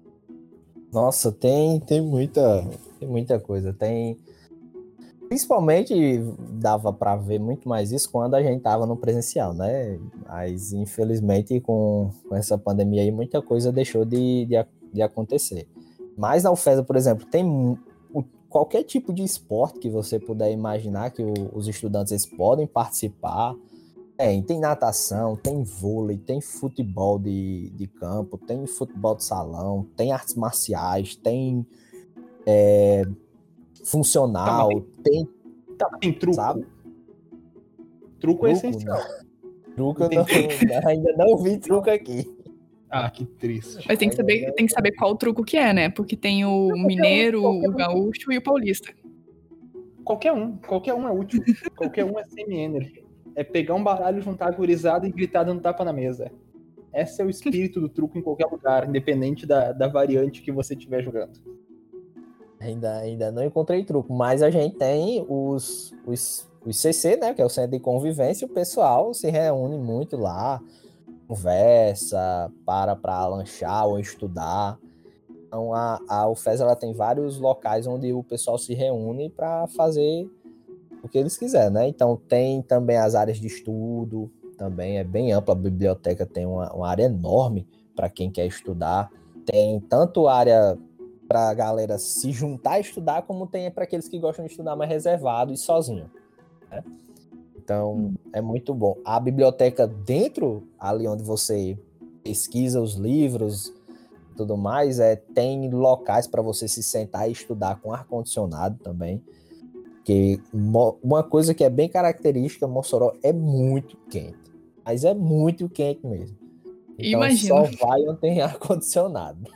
Nossa, tem, tem muita, tem muita coisa. Tem, principalmente dava para ver muito mais isso quando a gente tava no presencial, né? Mas infelizmente com, com essa pandemia aí muita coisa deixou de, de, de acontecer. Mas na UFERJA, por exemplo, tem o, qualquer tipo de esporte que você puder imaginar que o, os estudantes eles podem participar. Tem, tem natação, tem vôlei, tem futebol de, de campo, tem futebol de salão, tem artes marciais, tem é, funcional, Tá, tem, Tá, tem truco. sabe? Truco é Truco, essencial. né? Truco eu não, ainda não vi truco aqui. Ah, que triste. Mas tem que, saber, tem que saber qual truco que é, né? Porque tem o mineiro, o gaúcho e o paulista. Qualquer um, qualquer um é útil. Qualquer um é semi-energy. É pegar um baralho, juntar a gurizada e gritar dando tapa na mesa. Esse é o espírito do truco em qualquer lugar, independente da, da variante que você estiver jogando. Ainda, ainda não encontrei truco, mas a gente tem os, os, os C C, né? Que é o Centro de Convivência, e o pessoal se reúne muito lá, conversa, para para lanchar ou estudar. Então a, a UFES ela tem vários locais onde o pessoal se reúne para fazer o que eles quiserem, né? Então tem também as áreas de estudo, também é bem ampla, a biblioteca tem uma, uma área enorme para quem quer estudar. Tem tanto área para a galera se juntar e estudar, como tem para aqueles que gostam de estudar mais reservado e sozinho, né? Então, hum. é muito bom. A biblioteca dentro, ali onde você pesquisa os livros e tudo mais, é, tem locais para você se sentar e estudar com ar-condicionado também. Porque uma coisa que é bem característica, Mossoró é muito quente. Mas é muito quente mesmo. Então, Imagino. só vai onde tem ar-condicionado.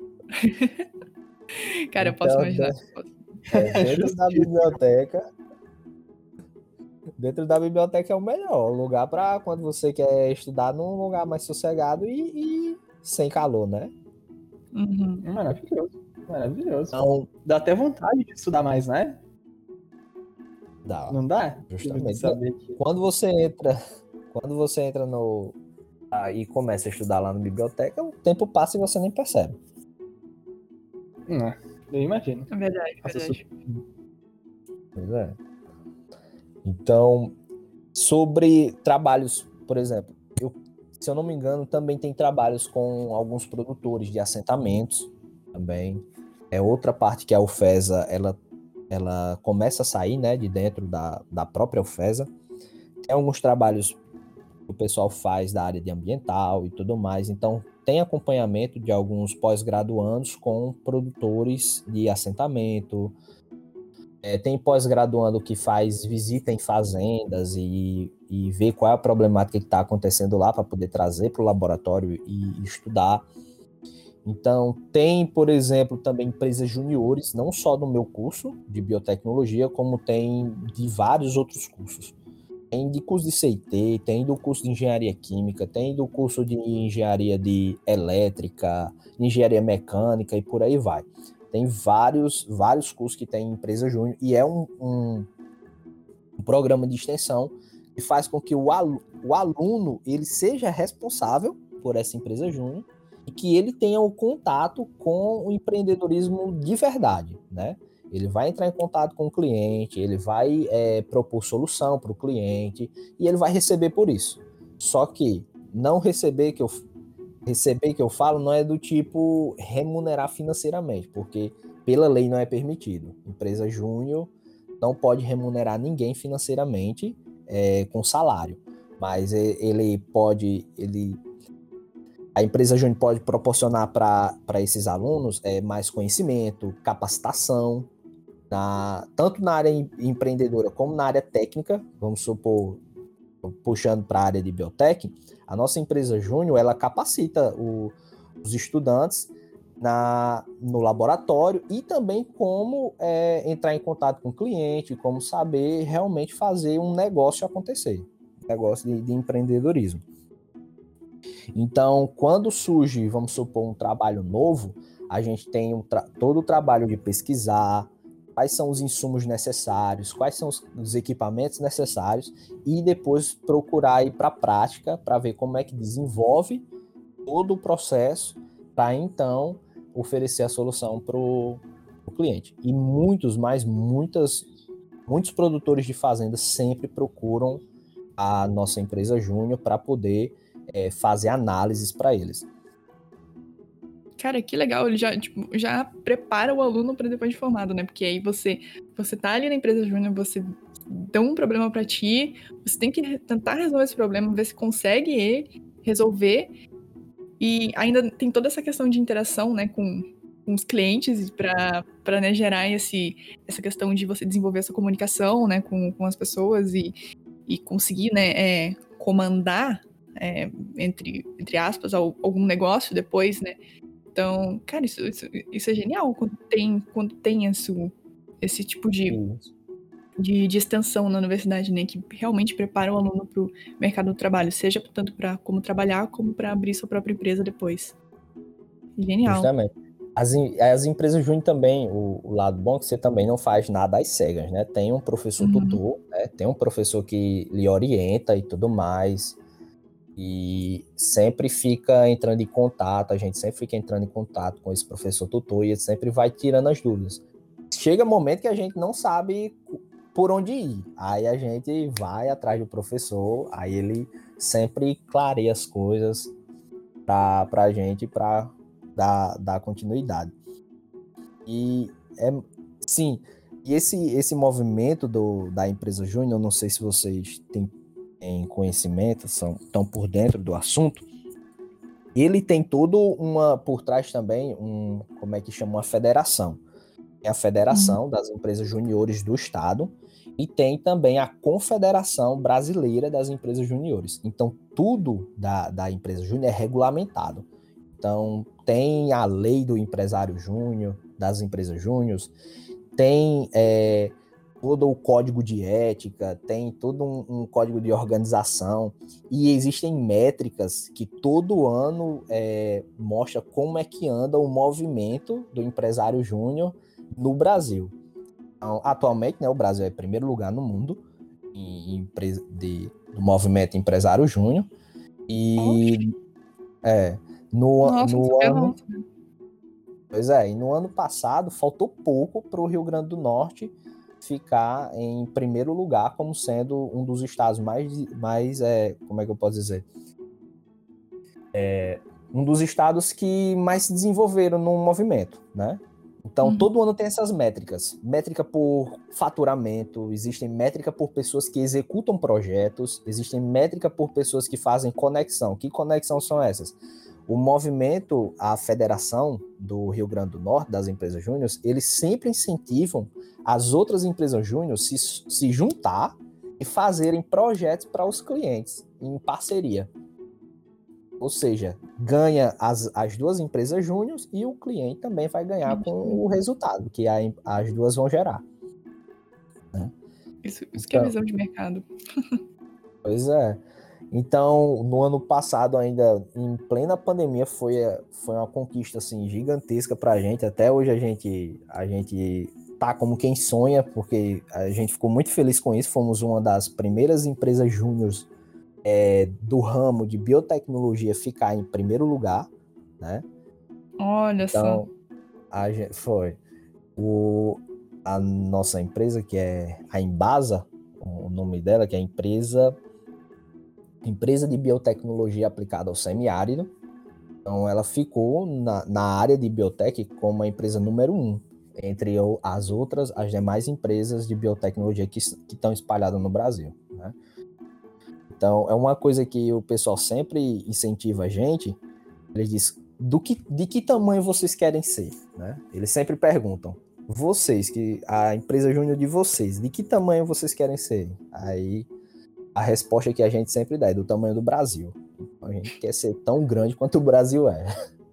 Cara, eu então, posso imaginar. É, dentro da biblioteca... Dentro da biblioteca é o melhor lugar para quando você quer estudar num lugar mais sossegado e, e sem calor, né? Uhum. Maravilhoso, maravilhoso. Então, dá até vontade de estudar mais, né? Dá. Não dá? Justamente. Que... Quando você entra, quando você entra no ah, e começa a estudar lá na biblioteca, o tempo passa e você nem percebe. Não, eu imagino. É verdade, é verdade. Pois é. Então, sobre trabalhos, por exemplo, eu, se eu não me engano, também tem trabalhos com alguns produtores de assentamentos também. É outra parte que a UFESA, ela, ela começa a sair, né, de dentro da, da própria UFESA. Tem alguns trabalhos que o pessoal faz da área de ambiental e tudo mais. Então, tem acompanhamento de alguns pós-graduandos com produtores de assentamento. É, tem pós-graduando que faz visita em fazendas e, e vê qual é a problemática que está acontecendo lá para poder trazer para o laboratório e, e estudar. Então, tem, por exemplo, também empresas juniores, não só do meu curso de biotecnologia, como tem de vários outros cursos. Tem de curso de C I T, tem do curso de engenharia química, tem do curso de engenharia de elétrica, engenharia mecânica e por aí vai. Tem vários, vários cursos que tem empresa júnior e é um, um, um programa de extensão que faz com que o, alu, o aluno ele seja responsável por essa empresa júnior e que ele tenha o contato com o empreendedorismo de verdade, né? Ele vai entrar em contato com o cliente, ele vai é, propor solução para o cliente e ele vai receber por isso. Só que não receber que eu receber que eu falo não é do tipo remunerar financeiramente, porque pela lei não é permitido. Empresa júnior não pode remunerar ninguém financeiramente é, com salário, mas ele pode ele A empresa júnior pode proporcionar para esses alunos é, mais conhecimento, capacitação, na, tanto na área empreendedora como na área técnica. Vamos supor, puxando para a área de biotech, a nossa empresa júnior ela capacita o, os estudantes na, no laboratório e também como é, entrar em contato com o cliente, como saber realmente fazer um negócio acontecer, um negócio de, de empreendedorismo. Então, quando surge, vamos supor, um trabalho novo, a gente tem um tra- todo o trabalho de pesquisar quais são os insumos necessários, quais são os, os equipamentos necessários e depois procurar ir para a prática para ver como é que desenvolve todo o processo para então oferecer a solução para o cliente. E muitos, mas muitas, muitos produtores de fazenda sempre procuram a nossa empresa júnior para poder É, fazer análises para eles. Cara, que legal, ele já, tipo, já prepara o aluno para depois de formado, né? Porque aí você, você tá ali na empresa júnior, você dá um problema para ti, você tem que tentar resolver esse problema, ver se consegue ele resolver, e ainda tem toda essa questão de interação, né, com, com os clientes para né, gerar esse, essa questão de você desenvolver essa comunicação, né, com, com as pessoas e, e conseguir, né, é, comandar É, entre, entre aspas, algum negócio depois, né? Então, cara, isso, isso, isso é genial quando tem, quando tem esse, esse tipo de, de, de extensão na universidade, né? Que realmente prepara o aluno para o mercado do trabalho, seja tanto para como trabalhar, como para abrir sua própria empresa depois. Genial. Justamente. As, as empresas júnior também, o, o lado bom é que você também não faz nada às cegas, né? Tem um professor uhum. tutor, né? Tem um professor que lhe orienta e tudo mais. E sempre fica entrando em contato, a gente sempre fica entrando em contato com esse professor tutor e ele sempre vai tirando as dúvidas. Chega um momento que a gente não sabe por onde ir, aí a gente vai atrás do professor, aí ele sempre clareia as coisas para a gente, para dar, dar continuidade. E, é, sim, e esse, esse movimento do, da empresa júnior, eu não sei se vocês têm em conhecimento, são, estão por dentro do assunto, ele tem todo uma, por trás também, um, como é que chama, uma federação. É a Federação uhum. das Empresas Juniores do Estado e tem também a Confederação Brasileira das Empresas Juniores. Então, tudo da, da empresa júnior é regulamentado. Então, tem a lei do empresário júnior, das empresas júniores, tem... É, todo o código de ética, tem todo um, um código de organização e existem métricas que todo ano é, mostra como é que anda o movimento do empresário júnior no Brasil. Então, atualmente, né, o Brasil é primeiro lugar no mundo em, em, de, do movimento empresário júnior e é, no, Nossa, no ano pois é, e no ano passado faltou pouco para o Rio Grande do Norte ficar em primeiro lugar como sendo um dos estados mais, mais é, como é que eu posso dizer? É, um dos estados que mais se desenvolveram no movimento, né? Então, uhum. todo ano tem essas métricas. Métrica por faturamento, existem métrica por pessoas que executam projetos, existem métrica por pessoas que fazem conexão. Que conexão são essas? O movimento, a federação do Rio Grande do Norte, das empresas júniores, eles sempre incentivam as outras empresas júniores se, se juntar e fazerem projetos para os clientes em parceria. Ou seja, ganha as, as duas empresas júniores e o cliente também vai ganhar com o resultado que a, as duas vão gerar. Né? Isso, isso então, que é a visão de mercado. Pois é. Então, no ano passado, ainda em plena pandemia, foi, foi uma conquista assim, gigantesca para a gente. Até hoje a gente, a gente tá como quem sonha, porque a gente ficou muito feliz com isso. Fomos uma das primeiras empresas júniores é, do ramo de biotecnologia a ficar em primeiro lugar, né? Olha então, só. A gente, foi. O, a nossa empresa, que é a Embasa, o nome dela, que é a empresa... Empresa de biotecnologia aplicada ao semiárido. Então, ela ficou na, na área de biotech como a empresa número um, entre as outras, as demais empresas de biotecnologia que, que estão espalhadas no Brasil. Né? Então, é uma coisa que o pessoal sempre incentiva a gente. Eles dizem, do que, de que tamanho vocês querem ser? Né? Eles sempre perguntam, vocês, que a empresa júnior de vocês, de que tamanho vocês querem ser? Aí... A resposta que a gente sempre dá é do tamanho do Brasil. Então, a gente quer ser tão grande quanto o Brasil é.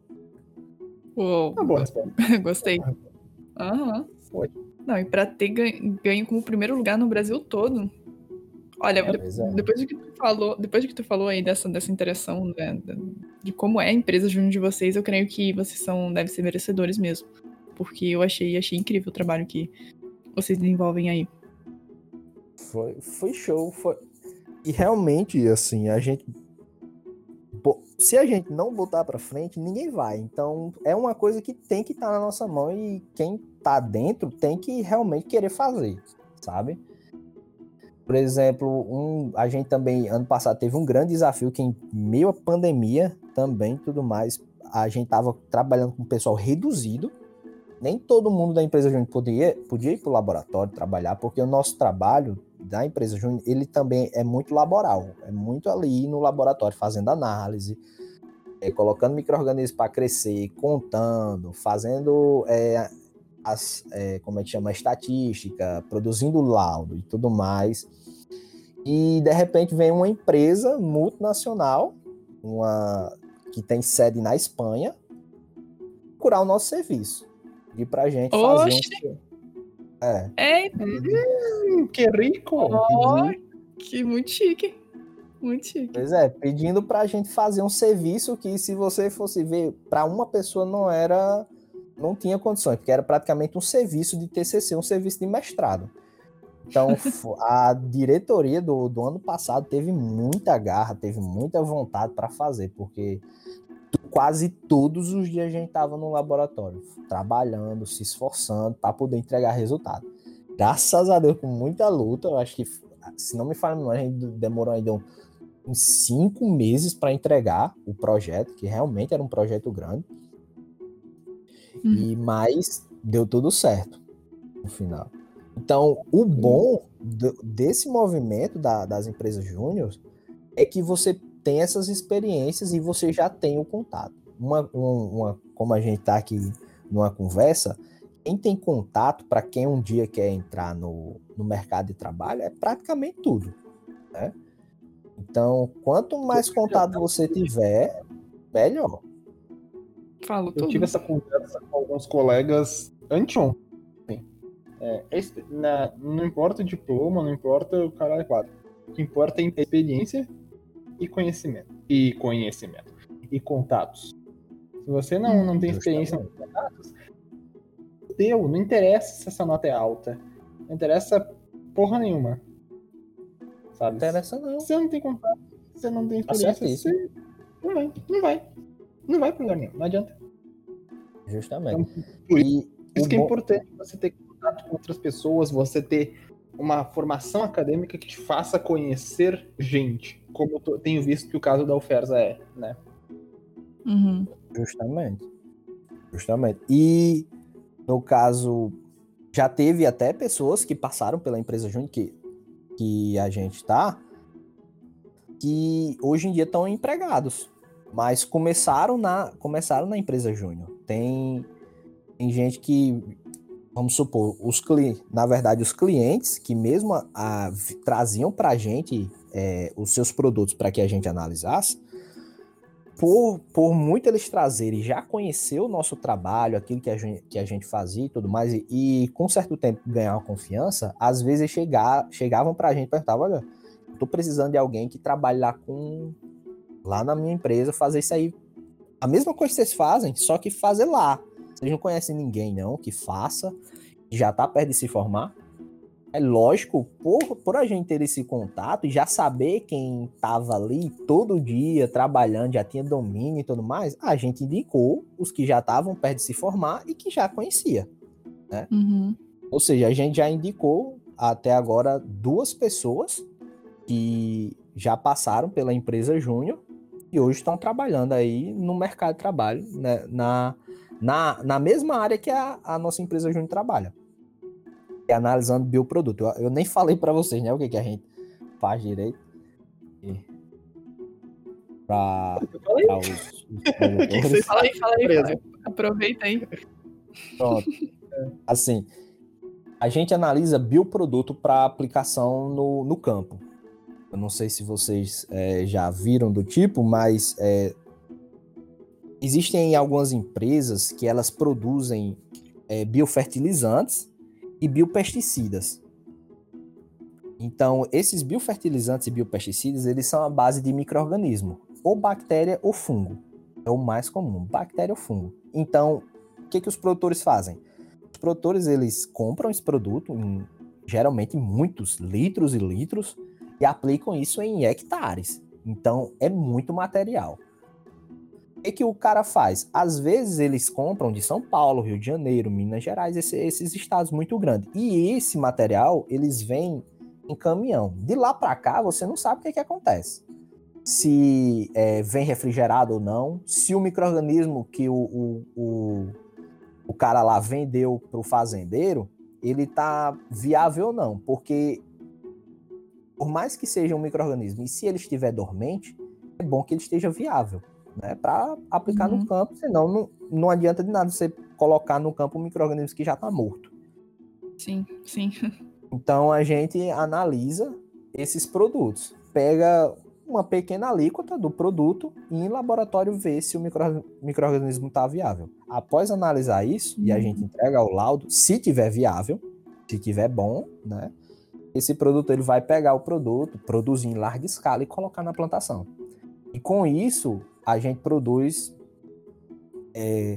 Uou, Tá bom, resposta. Gostei. Aham. Uhum. Não, e pra ter ganho, ganho como primeiro lugar no Brasil todo. Olha, É, de, é. depois do que tu falou, depois do que tu falou aí dessa, dessa interação, né, de como é a empresa júnior de vocês, eu creio que vocês são, devem ser merecedores mesmo. Porque eu achei, achei incrível o trabalho que vocês desenvolvem aí. Foi, foi show, foi... E realmente, assim, a gente... Se a gente não botar pra frente, ninguém vai. Então, é uma coisa que tem que estar na nossa mão e quem tá dentro tem que realmente querer fazer, sabe? Por exemplo, um, a gente também, ano passado, teve um grande desafio que em meio à pandemia também, tudo mais, a gente tava trabalhando com um pessoal reduzido. Nem todo mundo da empresa júnior podia, podia ir pro laboratório trabalhar, porque o nosso trabalho da empresa júnior, ele também é muito laboral, é muito ali no laboratório, fazendo análise, é, colocando micro-organismos para crescer, contando, fazendo, é, as, é, como é que chama, estatística, produzindo laudo e tudo mais. E, de repente, vem uma empresa multinacional, uma, que tem sede na Espanha, procurar o nosso serviço. E pra gente fazer Oxi. um... É. É. Hum, que rico! Oh, que muito chique. Muito chique. Pois é, pedindo pra gente fazer um serviço que, se você fosse ver, para uma pessoa não era... Não tinha condições, porque era praticamente um serviço de T C C, um serviço de mestrado. Então, a diretoria do, do ano passado teve muita garra, teve muita vontade para fazer, porque quase todos os dias a gente estava no laboratório, trabalhando, se esforçando para poder entregar resultado. Graças a Deus, com muita luta, eu acho que, se não me falha, a gente demorou ainda uns cinco meses para entregar o projeto, que realmente era um projeto grande, uhum. e mas deu tudo certo no final. Então, o bom do, desse movimento da, das empresas júnior é que você tem essas experiências e você já tem o contato. Uma, uma, como a gente está aqui numa conversa, quem tem contato, para quem um dia quer entrar no, no mercado de trabalho, é praticamente tudo. Né? Então, quanto mais contato você tiver, melhor. Falo Eu tudo. tive essa conversa com alguns colegas anteontem. É, na, não importa o diploma, não importa o caralho quadro. O que importa é experiência e conhecimento. E conhecimento. E contatos. Se você não, não tem experiência nos contatos, deu, não interessa se essa nota é alta. Não interessa porra nenhuma. Sabe? Não interessa não. Se você não tem contato, se você não tem experiência, você não vai. Não vai. Não vai pra lugar nenhum. Não adianta. Justamente. Então, por e isso que é bom... importante você ter contato com outras pessoas, você ter uma formação acadêmica que te faça conhecer gente, como eu tenho visto que o caso da UFERJ é, né? Uhum. Justamente. Justamente. E, no caso, já teve até pessoas que passaram pela empresa júnior que, que a gente tá, que hoje em dia estão empregados, mas começaram na, começaram na empresa júnior. Tem, tem gente que... Vamos supor, os cli... na verdade, os clientes que mesmo a, a, traziam para a gente é, os seus produtos para que a gente analisasse, por, por muito eles trazerem, já conhecer o nosso trabalho, aquilo que a gente, que a gente fazia e tudo mais, e, e com certo tempo ganhar uma confiança, às vezes chegar, chegavam pra gente e perguntavam, olha, eu tô precisando de alguém que trabalhe lá com lá na minha empresa, fazer isso aí, a mesma coisa que vocês fazem, só que fazer lá. Vocês não conhecem ninguém não que faça, já tá perto de se formar. É lógico, por, por a gente ter esse contato e já saber quem estava ali todo dia trabalhando, já tinha domínio e tudo mais, a gente indicou os que já estavam perto de se formar e que já conhecia, né? Uhum. Ou seja, a gente já indicou até agora duas pessoas que já passaram pela empresa Júnior e hoje estão trabalhando aí no mercado de trabalho, né? na, na, na mesma área que a, a nossa empresa Júnior trabalha. Analisando bioproduto. Eu, eu nem falei para vocês, né, o que, que a gente faz direito para os, os produtores. Fala aí, fala aí, fala aí. Aproveita aí. Pronto. Assim, a gente analisa bioproduto para aplicação no, no campo. Eu não sei se vocês é, já viram do tipo, mas é, existem algumas empresas que elas produzem é, biofertilizantes e biopesticidas. Então, esses biofertilizantes e biopesticidas, eles são a base de micro-organismo, ou bactéria ou fungo. É o mais comum, bactéria ou fungo. Então, o que, que os produtores fazem? Os produtores, eles compram esse produto, em, geralmente muitos litros e litros, e aplicam isso em hectares. Então, é muito material. O que, que o cara faz? Às vezes eles compram de São Paulo, Rio de Janeiro, Minas Gerais, esse, esses estados muito grandes. E esse material, eles vêm em caminhão. De lá para cá, você não sabe o que, que acontece. Se é, vem refrigerado ou não, se o micro-organismo que o, o, o, o cara lá vendeu para o fazendeiro, ele tá viável ou não. Porque, por mais que seja um micro-organismo, e se ele estiver dormente, é bom que ele esteja viável, né, para aplicar uhum. no campo, senão não, não adianta de nada você colocar no campo um micro-organismo que já está morto. Sim, sim. Então a gente analisa esses produtos, pega uma pequena alíquota do produto e em laboratório vê se o micro, micro-organismo está viável. Após analisar isso, uhum. e a gente entrega o laudo, se tiver viável, se tiver bom, né, esse produto ele vai pegar o produto, produzir em larga escala e colocar na plantação. E com isso, a gente produz é,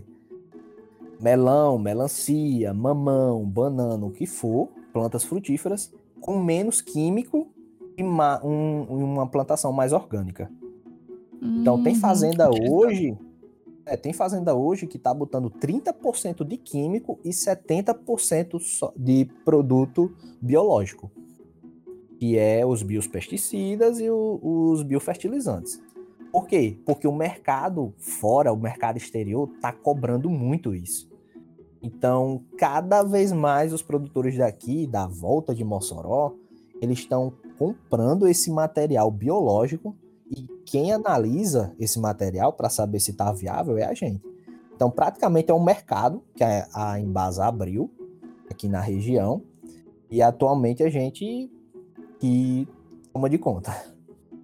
melão, melancia, mamão, banana, o que for, plantas frutíferas, com menos químico e uma, um, uma plantação mais orgânica. Hum, então, tem fazenda hoje, é, tem fazenda hoje que está botando trinta por cento de químico e setenta por cento de produto biológico, que é os biopesticidas e o, os biofertilizantes. Por quê? Porque o mercado fora, o mercado exterior, está cobrando muito isso. Então, cada vez mais os produtores daqui, da volta de Mossoró, eles estão comprando esse material biológico e quem analisa esse material para saber se está viável é a gente. Então, praticamente é um mercado que a Embasa abriu aqui na região e atualmente a gente que toma de conta.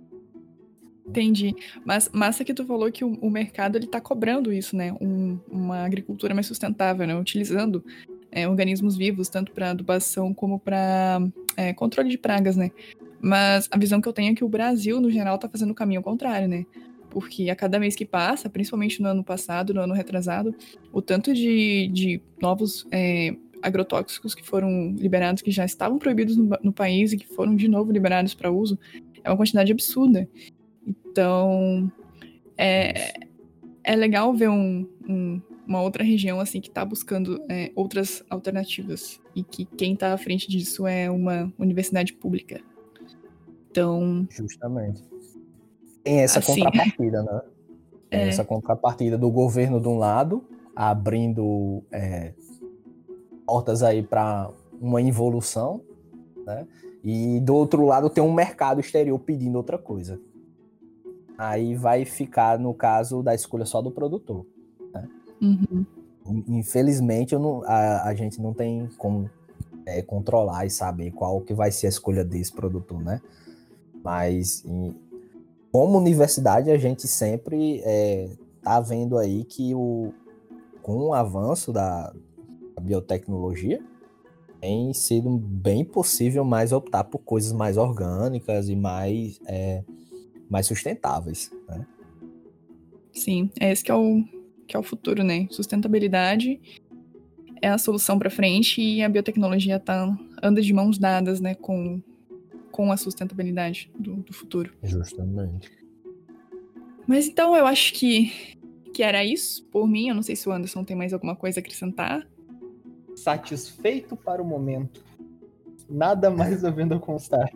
Entendi. Mas massa que tu falou que o, o mercado ele tá cobrando isso, né? Um, uma agricultura mais sustentável, né? Utilizando é, organismos vivos, tanto para adubação como para é, controle de pragas, né? Mas a visão que eu tenho é que o Brasil, no geral, tá fazendo o caminho contrário, né? Porque a cada mês que passa, principalmente no ano passado, no ano retrasado, o tanto de, de novos é, agrotóxicos que foram liberados, que já estavam proibidos no, no país e que foram de novo liberados para uso, é uma quantidade absurda. Então, é, é legal ver um, um, uma outra região assim que está buscando é, outras alternativas e que quem está à frente disso é uma universidade pública. Então, justamente. Tem essa assim, contrapartida, né? Tem é... essa contrapartida do governo de um lado, abrindo é, portas aí para uma involução, né? E do outro lado tem um mercado exterior pedindo outra coisa. Aí vai ficar, no caso, da escolha só do produtor. Né? Uhum. Infelizmente, eu não, a, a gente não tem como é, controlar e saber qual que vai ser a escolha desse produtor, né? Mas em, como universidade, a gente sempre está é, vendo aí que o, com o avanço da, da biotecnologia, tem sido bem possível mais optar por coisas mais orgânicas e mais, é, mais sustentáveis, né? Sim, é esse que é o, que é o futuro, né? Sustentabilidade é a solução para frente e a biotecnologia tá, anda de mãos dadas, né, com, com a sustentabilidade do, do futuro. Justamente. Mas então eu acho que, que era isso por mim. Eu não sei se o Anderson tem mais alguma coisa a acrescentar. Satisfeito para o momento. Nada mais havendo a constar.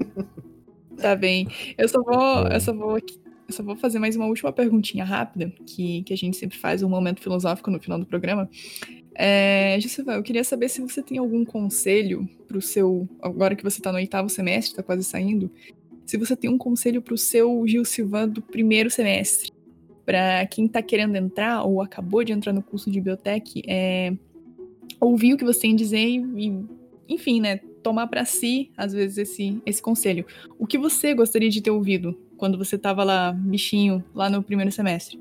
Tá bem. Eu só vou, eu só vou, eu só vou fazer mais uma última perguntinha rápida, que, que a gente sempre faz um momento filosófico no final do programa. É, Gilcivan, eu queria saber se você tem algum conselho pro seu, agora que você tá no oitavo semestre, tá quase saindo, se você tem um conselho pro seu Gilcivan do primeiro semestre, para quem tá querendo entrar ou acabou de entrar no curso de biotech, é, ouvir o que você tem a dizer e, enfim, né, tomar para si, às vezes, esse, esse conselho. O que você gostaria de ter ouvido quando você tava lá, bichinho, lá no primeiro semestre?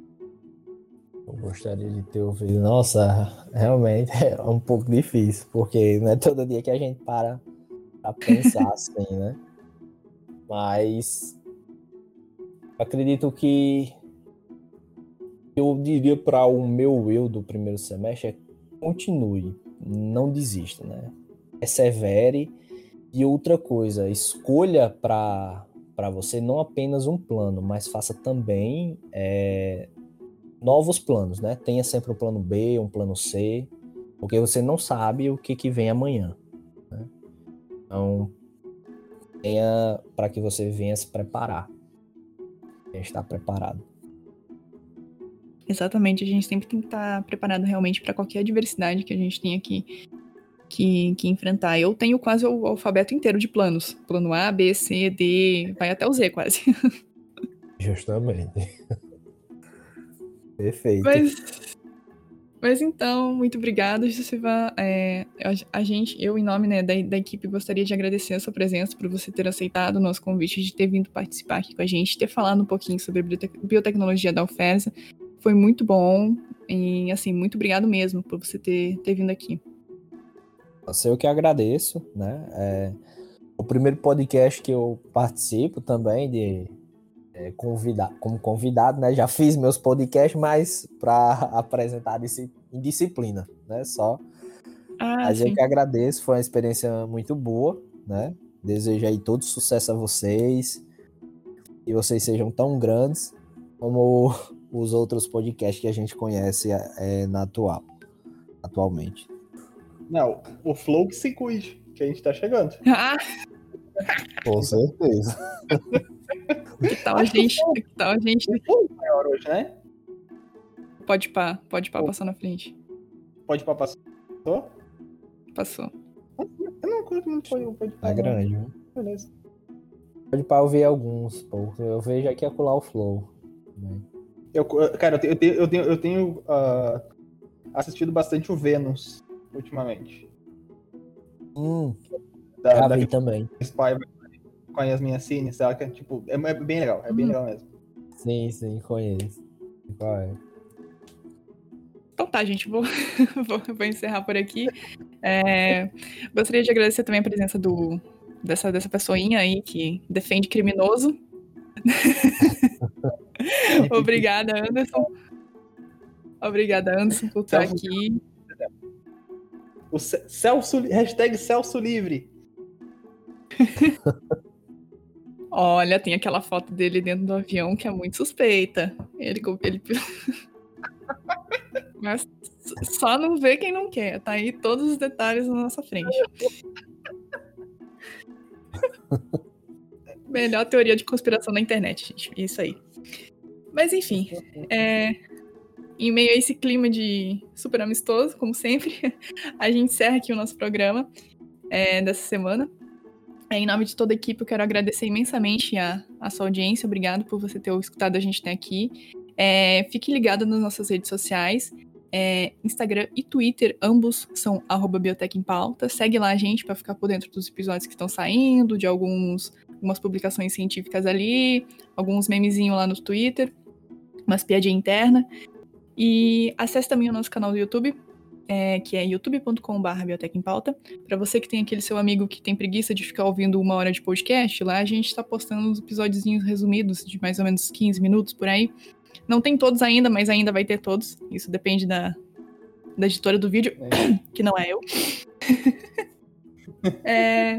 Eu gostaria de ter ouvido. Nossa, realmente é um pouco difícil, porque não é todo dia que a gente para pra pensar assim, né? Mas acredito que eu diria para o meu eu do primeiro semestre é continue, não desista, né? Persevere. E outra coisa, escolha para para você não apenas um plano, mas faça também é, novos planos, né? Tenha sempre um plano B, um plano C, porque você não sabe o que, que vem amanhã, né? Então, tenha para que você venha se preparar, venha estar preparado. Exatamente, a gente sempre tem que estar preparado realmente para qualquer adversidade que a gente tenha que, que, que enfrentar. Eu tenho quase o alfabeto inteiro de planos. Plano A, B, C, D, vai até o Z quase. Justamente. Perfeito. Mas, mas então, muito obrigada, Josiva. É, a, a gente, eu, em nome, né, da, da equipe, gostaria de agradecer a sua presença, por você ter aceitado o nosso convite, de ter vindo participar aqui com a gente, ter falado um pouquinho sobre a biotec- biotecnologia da UFERJ. Foi muito bom e, assim, muito obrigado mesmo por você ter, ter vindo aqui. Eu que agradeço, né? É o primeiro podcast que eu participo também de é, convidar, como convidado, né? Já fiz meus podcasts, mas para apresentar em disciplina, né? Só. Ah, mas sim. eu que agradeço, foi uma experiência muito boa, né? Desejo aí todo sucesso a vocês e vocês sejam tão grandes como os outros podcasts que a gente conhece é, na atual, atualmente. Não, o Flow que se cuide, que a gente tá chegando. Ah! Com certeza. Que tal a gente? Que tal a gente? O Flow é maior hoje, né? Pode pá, pode pá, passou na frente. Pode pá, passou? Passou. Eu não curto muito foi o Pode pá. É grande, viu? Beleza. Pode pá, eu vi alguns, pô. Eu vejo aqui acolá o Flow. Eu, cara, eu tenho, eu tenho, eu tenho uh, assistido bastante o Vênus ultimamente. Hum, da, já da vi também. Spy com a Yasmin Assine, saca? Tipo, é, é bem legal, é bem hum. legal mesmo. Sim, sim, conheço. Qual é? Então tá, gente, vou, vou, vou encerrar por aqui. É, gostaria de agradecer também a presença do, dessa, dessa pessoinha aí que defende criminoso. Obrigada, Anderson. Obrigada, Anderson, por estar Celso, aqui. O Celso, hashtag Celso Livre. Olha, tem aquela foto dele dentro do avião que é muito suspeita. Ele... ele... Mas só não vê quem não quer. Tá aí todos os detalhes na nossa frente. Melhor teoria de conspiração na internet, gente. Isso aí. Mas enfim, é... em meio a esse clima de super amistoso, como sempre, a gente encerra aqui o nosso programa é, dessa semana. É, em nome de toda a equipe, eu quero agradecer imensamente a, a sua audiência. Obrigado por você ter escutado a gente até aqui. É, fique ligado nas nossas redes sociais. É, Instagram e Twitter, ambos são arroba Biotech em Pauta. Segue lá a gente para ficar por dentro dos episódios que estão saindo, de alguns algumas publicações científicas ali, alguns memezinhos lá no Twitter, umas piadinhas internas. E acesse também o nosso canal do YouTube, é, que é youtube ponto com barra biotec em pauta. Para você que tem aquele seu amigo que tem preguiça de ficar ouvindo uma hora de podcast, lá a gente está postando uns episódiozinhos resumidos de mais ou menos quinze minutos por aí. Não tem todos ainda, mas ainda vai ter todos. Isso depende da, da editora do vídeo, é. que não é eu. é...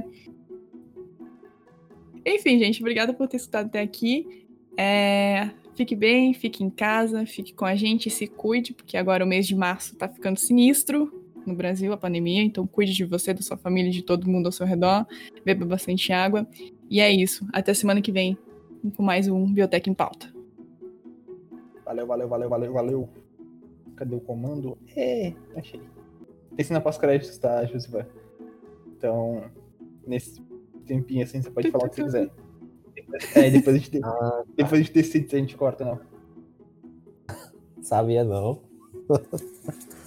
Enfim, gente, obrigada por ter escutado até aqui. É... Fique bem, fique em casa, fique com a gente e se cuide, porque agora o mês de março tá ficando sinistro no Brasil, a pandemia, então cuide de você, da sua família, de todo mundo ao seu redor, beba bastante água. E é isso, até semana que vem com mais um Biotec em Pauta. Valeu, valeu, valeu, valeu, valeu. Cadê o comando? É, achei. Tem cena pós-créditos, tá, Josiva? Então, nesse tempinho assim, você pode falar o que você quiser. É, depois a gente, ah, depois a gente decide se a gente corta ou não. Sabia não.